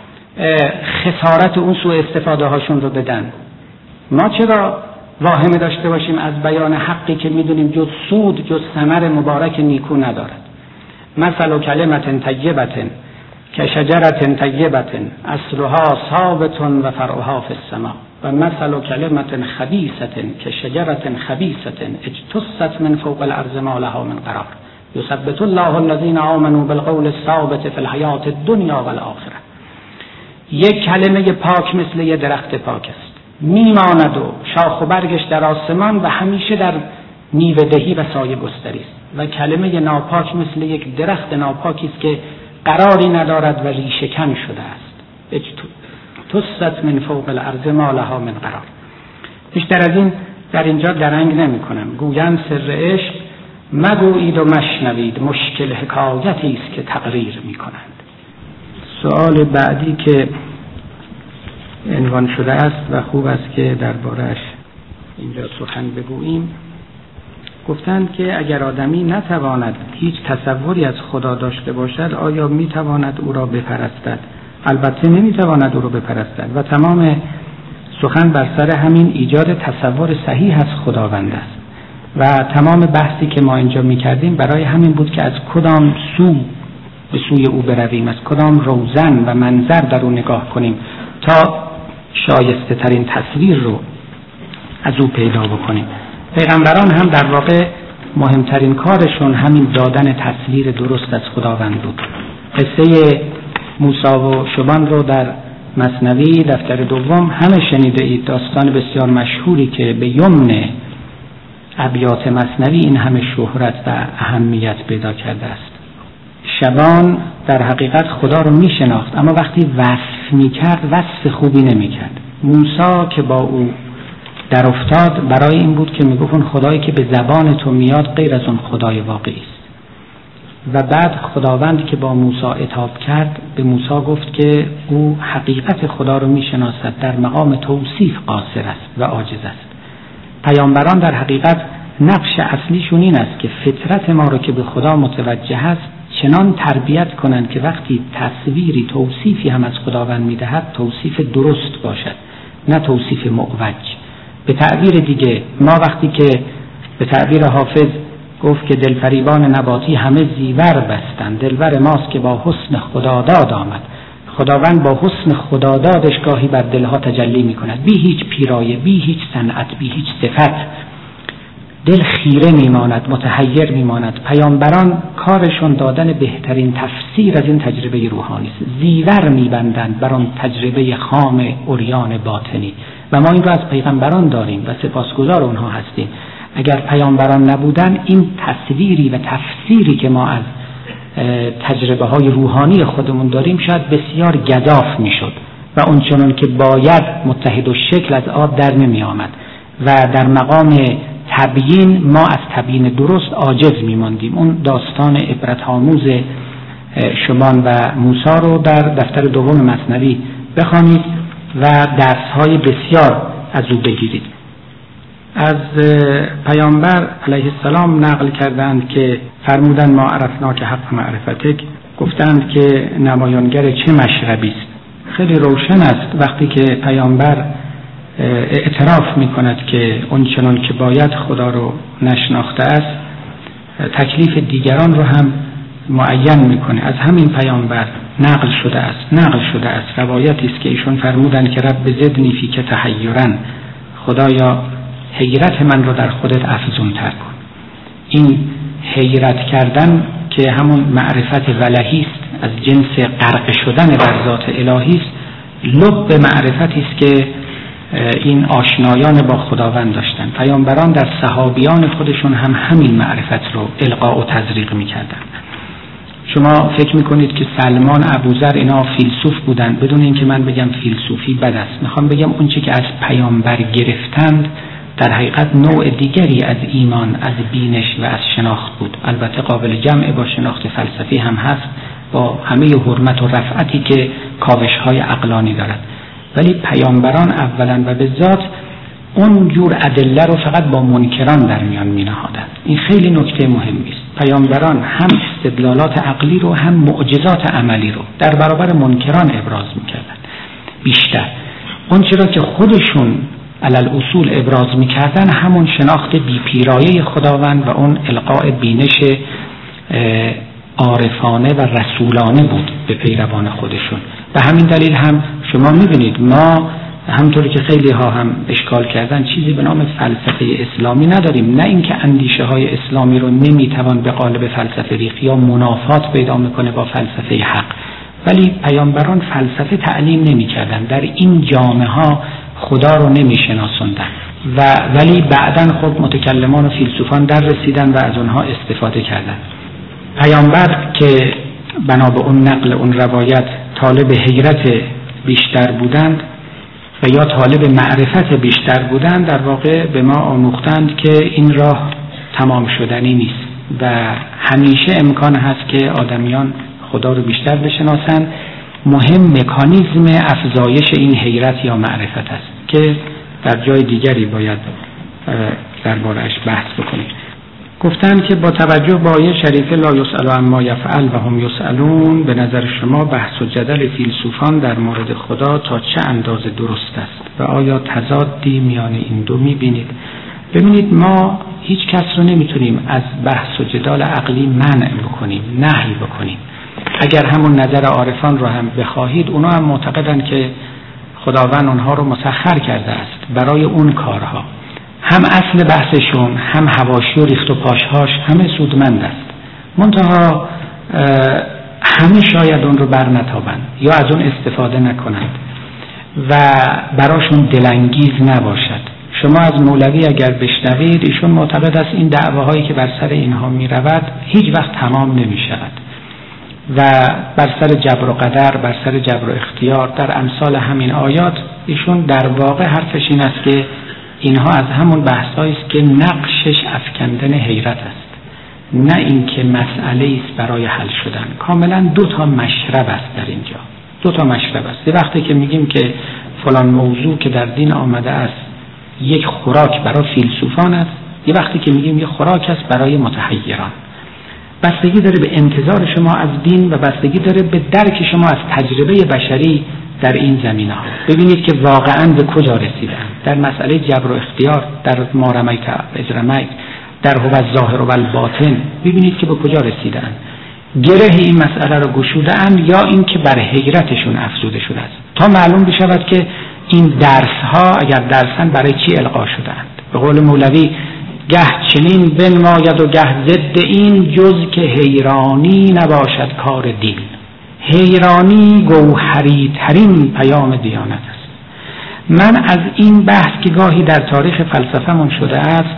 خسارت اون سوء استفاده هاشون رو بدن. ما چرا واهمه داشته باشیم از بیان حقی که میدونیم جز سود، جز ثمر مبارک نیکو ندارد؟ مثل کلمت طیبت کشجرة طیبة اصلها ثابت و فرعها فی السماء و مثل کلمت خبیثة کشجرة خبیثة اجتثت من فوق الارض ما لها من قرار یثبت الله الذین آمنوا بالقول الثابت فی الحیاة الدنیا والآخرة. یک کلمه پاک مثل یک درخت پاک است، میماند و شاخ و برگش در آسمان و همیشه در میوه دهی و سایه گستری است. و کلمه ناپاک مثل یک درخت ناپاکی است که قراری ندارد و ریشه کن شده است. اجتثت من فوق الارض ما لها من قرار. بیشتر از این در اینجا درنگ نمی کنم. گویند سر عشق مگویید و مشنوید، مشکل حکایتی است که تقریر می کنند. سوال بعدی که عنوان شده است و خوب است که درباره‌اش اینجا سخن بگوییم، گفتند که اگر آدمی نتواند هیچ تصوری از خدا داشته باشد آیا میتواند او را بپرستد؟ البته نمیتواند او را بپرستد و تمام سخن بر سر همین ایجاد تصور صحیح از خداوند است و تمام بحثی که ما اینجا میکردیم برای همین بود که از کدام سو به سوی او برویم، از کدام روزن و منظر در او نگاه کنیم تا شایسته ترین تصویر رو از او پیدا بکنیم. پیغمبران هم در واقع مهمترین کارشون همین دادن تصویر درست از خداوند بود. قصه موسی و شبان رو در مثنوی دفتر دوم همه شنیده اید، داستان بسیار مشهوری که به یمن ابیات مثنوی این همه شهرت و اهمیت پیدا کرده است. شبان در حقیقت خدا رو می شناخت، اما وقتی وصف می کرد وصف خوبی نمی کرد. موسی که با او در افتاد برای این بود که می گفت اون خدایی که به زبان تو میاد غیر از اون خدای واقعی است. و بعد خداوند که با موسی عتاب کرد به موسی گفت که او حقیقت خدا رو می شناسد، در مقام توصیف قاصر است و عاجز است. پیامبران در حقیقت نقش اصلیشون این است که فطرت ما رو که به خدا متوجه است چنان تربیت کنند که وقتی تصویری توصیفی هم از خداوند میدهد توصیف درست باشد، نه توصیف معوج. به تعبیر دیگه ما وقتی که به تعبیر حافظ گفت که دلفریبان نباتی همه زیور بستند، دلبر ماست که با حسن خداداد آمد. خداوند با حسن خدادادش گاهی بر دلها تجلی می کند، بی هیچ پیرایه، بی هیچ صنعت، بی هیچ صفت. دل خیره میماند، متحیر میماند. پیامبران کارشون دادن بهترین تفسیر از این تجربه روحانی است. زیور میبندند بر آن تجربه خام عریان باطنی و ما این رو از پیغمبران داریم و سپاسگزار اونها هستیم. اگر پیامبران نبودن این تصویری و تفسیری که ما از تجربه های روحانی خودمون داریم شاید بسیار گزاف میشد و اون چنان که باید متحد الشکل از آب در نمی آمد و در مقام تبیین ما از تبیین درست عاجز میماندیم. اون داستان عبرت‌آموز شبان و موسی رو در دفتر دوم مثنوی بخوانید و درس‌های بسیار از او بگیرید. از پیامبر علیه السلام نقل کردند که فرمودند ما عرفنا که حق معرفتک، گفتند که نمایانگر چه مشربی است. خیلی روشن است وقتی که پیامبر اعتراف میکند که اون چنان که باید خدا رو نشناخته است، تکلیف دیگران رو هم معین میکنه. از همین پیامبر نقل شده است روایتی است که ایشون فرمودند که رب زدنی فیک تحیرا، خدایا حیرت من رو در خودت افزون تر کن. این حیرت کردن که همون معرفت ولهی است، از جنس غرق شدن در ذات الهی است، لب معرفتی است که این آشنایان با خداوند داشتن. پیامبران در صحابیان خودشون هم همین معرفت رو القا و تزریق میکردن. شما فکر میکنید که سلمان، ابوذر اینا فیلسوف بودن، بدون اینکه من بگم فیلسوفی بد است. میخوام بگم اون چی که از پیامبر گرفتند در حقیقت نوع دیگری از ایمان، از بینش و از شناخت بود. البته قابل جمع با شناخت فلسفی هم هست، با همه حرمت و رفعتی که کاوش‌های عقلانی دارد. ولی پیامبران اولا و به ذات اون جور ادله رو فقط با منکران در میان می نهادند. این خیلی نکته مهمی است. پیامبران هم استدلالات عقلی رو هم معجزات عملی رو در برابر منکران ابراز می کردن. بیشتر اون چرا که خودشون علل اصول ابراز می کردن همون شناخت بی‌پیرایه خداوند و اون القاء بینش عارفانه و رسولانه بود به پیروان خودشون. به همین دلیل هم شما می‌بینید ما همطوری که خیلی ها هم اشکال کردن چیزی به نام فلسفه اسلامی نداریم. نه اینکه اندیشه های اسلامی رو نمیتوان به قالب فلسفه ریخت یا منافات پیدا میکنه با فلسفه حق، ولی پیامبران فلسفه تعلیم نمیکردن، در این جامعه ها خدا رو نمیشناسوندن ولی بعداً خب متکلمان و فیلسوفان در رسیدن و از اونها استفاده کردن. پیامبر که بنا به اون نقل اون روایت طالب حیرت بیشتر بودند و یا طالب معرفت بیشتر بودند، در واقع به ما آموختند که این راه تمام شدنی نیست و همیشه امکان هست که آدمیان خدا رو بیشتر بشناسن. مهم مکانیزم افزایش این حیرت یا معرفت است که در جای دیگری باید درباره‌اش بحث بکنیم. گفتند که با توجه به آیه شریفه لا یسأل عما یفعل و هم یسألون، به نظر شما بحث و جدل فیلسوفان در مورد خدا تا چه اندازه درست است و آیا تضادی میان این دو میبینید؟ ببینید ما هیچ کس رو نمیتونیم از بحث و جدال عقلی منع بکنیم، نهی بکنیم. اگر همون نظر عارفان رو هم بخواهید، اونا هم معتقدند که خداوند اونها رو مسخر کرده است برای اون کارها. هم اصل بحثشون هم حواشی و ریخت و پاشهاش همه سودمند است، منتها همه شاید اون رو برنتابند یا از اون استفاده نکنند و براشون دلانگیز نباشد. شما از مولوی اگر بشنوید، ایشون معتقد است این دعواهایی که بر سر اینها می رود هیچ وقت تمام نمی شود و بر سر جبر و قدر، بر سر جبر و اختیار، در امثال همین آیات ایشون در واقع حرفش این است که اینها از همون بحثایی است که نقشش افکندن حیرت است، نه اینکه مسئله است برای حل شدن. کاملا دو تا مشرب است در اینجا، دو تا مشرب است. یه وقتی که میگیم که فلان موضوع که در دین آمده است یک خوراک برای فیلسوفان است، یه وقتی که میگیم یک خوراک است برای متحیران. بستگی داره به انتظار شما از دین و بستگی داره به درک شما از تجربه بشری در این زمینه ها. ببینید که واقعا به کجا رسیدن در مسئله جبر و اختیار، در ما رمیت اذ رمیت، در هو الظاهر و الباطن. ببینید که به کجا رسیدن، گره این مسئله رو گشودن یا این که بر حیرتشون افزوده شده است، تا معلوم بشود که این درس ها اگر درسن برای چی القا شدند. به قول مولوی گه چنین بنماید و گه ضد این، جز که حیرانی نباشد کار دین. حیرانی گوهری ترین پیام دیانت است. من از این بحث که گاهی در تاریخ فلسفه‌مون شده است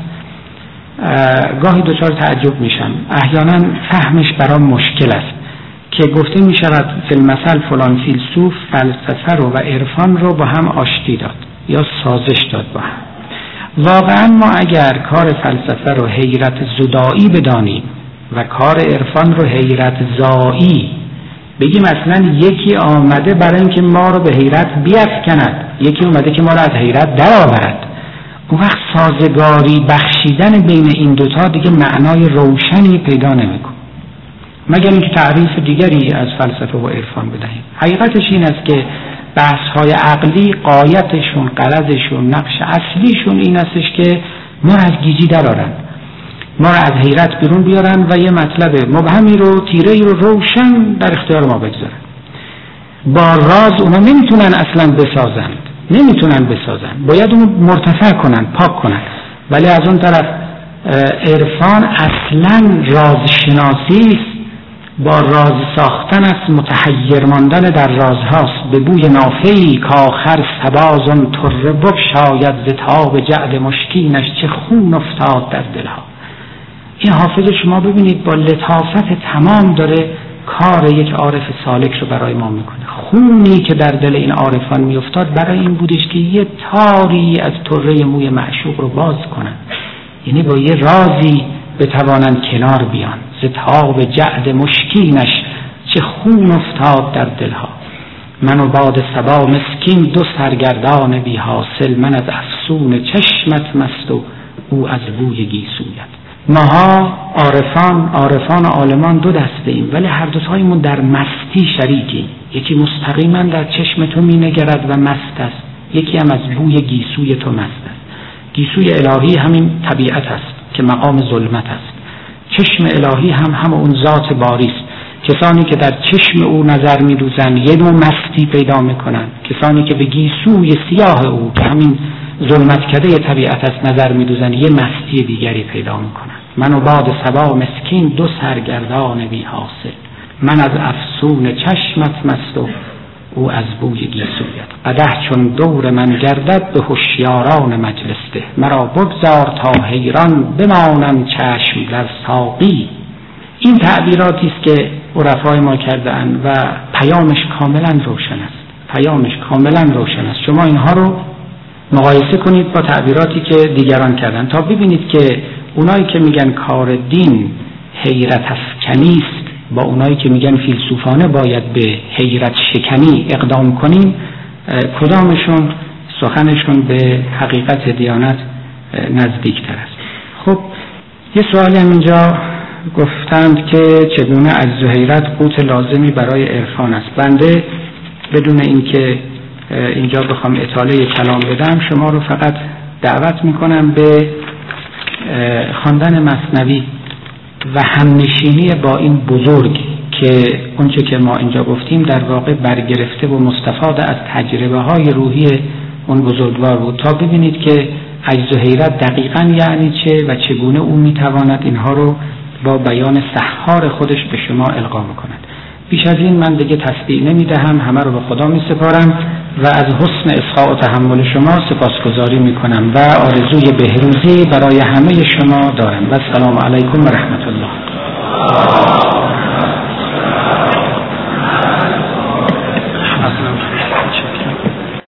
گاهی دچار تعجب میشم. احیانا فهمش برام مشکل است که گفته می شود فی المثل فلان فیلسوف فلسفه رو و عرفان رو با هم آشتی داد یا سازش داد با هم. واقعا ما اگر کار فلسفه رو حیرت زدایی بدانیم و کار عرفان رو حیرت زایی بگیم، اصلا یکی آمده برای اینکه ما رو به حیرت بیفکند، یکی اومده که ما رو از حیرت درآورد، اون وقت سازگاری بخشیدن بین این دوتا دیگه معنای روشنی پیدا نمیکنه، مگر اینکه تعریف دیگری از فلسفه و عرفان بدهیم. حقیقتش این است که بحث‌های عقلی غایتشون، غرضشون، نقش اصلیشون این استش که ما از گیجی درآرن، ما از حیرت بیرون بیارن و یه مطلب مبهمی رو، تیره‌ای رو روشن در اختیار ما بگذارن. با راز اونا نمیتونن اصلا بسازند، باید اونو مرتفع کنن، پاک کنن. ولی از اون طرف عرفان اصلا رازشناسی است، با راز ساختن است، متحیر ماندن در رازهاست. به بوی نافه‌ای کآخر سبازان طره بگشاید، ز تاب جعد مشکینش چه خون افتاد در دلها. این حافظ شما ببینید با لطافت تمام داره کار یک عارف سالک رو برای ما میکنه. خونی که در دل این عارفان میافتاد برای این بودش که یه تاری از طره موی معشوق رو باز کنن، یعنی با یه رازی بتوانند کنار بیان. ز تاب جعد مشکینش چه خون افتاد در دلها، من و باد صبا مسکین دو سرگردان بی حاصل، من از افسون چشمت مست و او از بوی گیسویت. ماها عارفان و عالمان دو دسته ایم، ولی هر دوتایمون در مستی شریکیم. یکی مستقیما در چشم تو می نگرد و مست است، یکی هم از بوی گیسوی تو مست است. گیسوی الهی همین طبیعت است که مقام ظلمت است. چشم الهی هم اون ذات باری است. کسانی که در چشم او نظر می دوزن یه نوع مستی پیدا می کنن، کسانی که به گیسوی سیاه او که همین ظلمتکده طبیعت است نظر می دوزن یه مستی دیگری پیدا می کنن. من و باد صبا مسکین دو سرگردان بی حاصل، من از افسون چشمت مست و او از بوی گیسویت. قدح چون دور من گردد به هوشیاران مجلس ده، مرا بگذار تا حیران بمانم چشم در ساقی. این تعبیراتی است که عرفای ما کرده‌اند و پیامش کاملا روشن است. شما اینها رو مقایسه کنید با تعبیراتی که دیگران کردن تا ببینید که اونایی که میگن کار دین حیرت افکنی است با اونایی که میگن فیلسوفانه باید به حیرت شکنی اقدام کنیم، کدامشون سخنشون به حقیقت دیانت نزدیکتر است. خب یه سوالی هم اینجا گفتند که چگونه عجز و حیرت قوت لازمی برای عرفان است. بنده بدون اینکه اینجا بخوام اطاله کلام بدم شما رو فقط دعوت میکنم به خواندن مثنوی و همنشینی با این بزرگ که اونچه که ما اینجا گفتیم در واقع برگرفته و مستفاد از تجربه های روحی اون بزرگوار بود، تا ببینید که عجز و حیرت دقیقاً یعنی چه و چگونه او میتواند اینها رو با بیان سحار خودش به شما القا میکند. بیش از این من دیگه تسبیح نمیدهم، همه رو به خدا میسپارم و از حسن اصغاء و تحمل شما سپاسگزاری میکنم و آرزوی بهروزی برای همه شما دارم. و السلام علیکم و رحمت الله.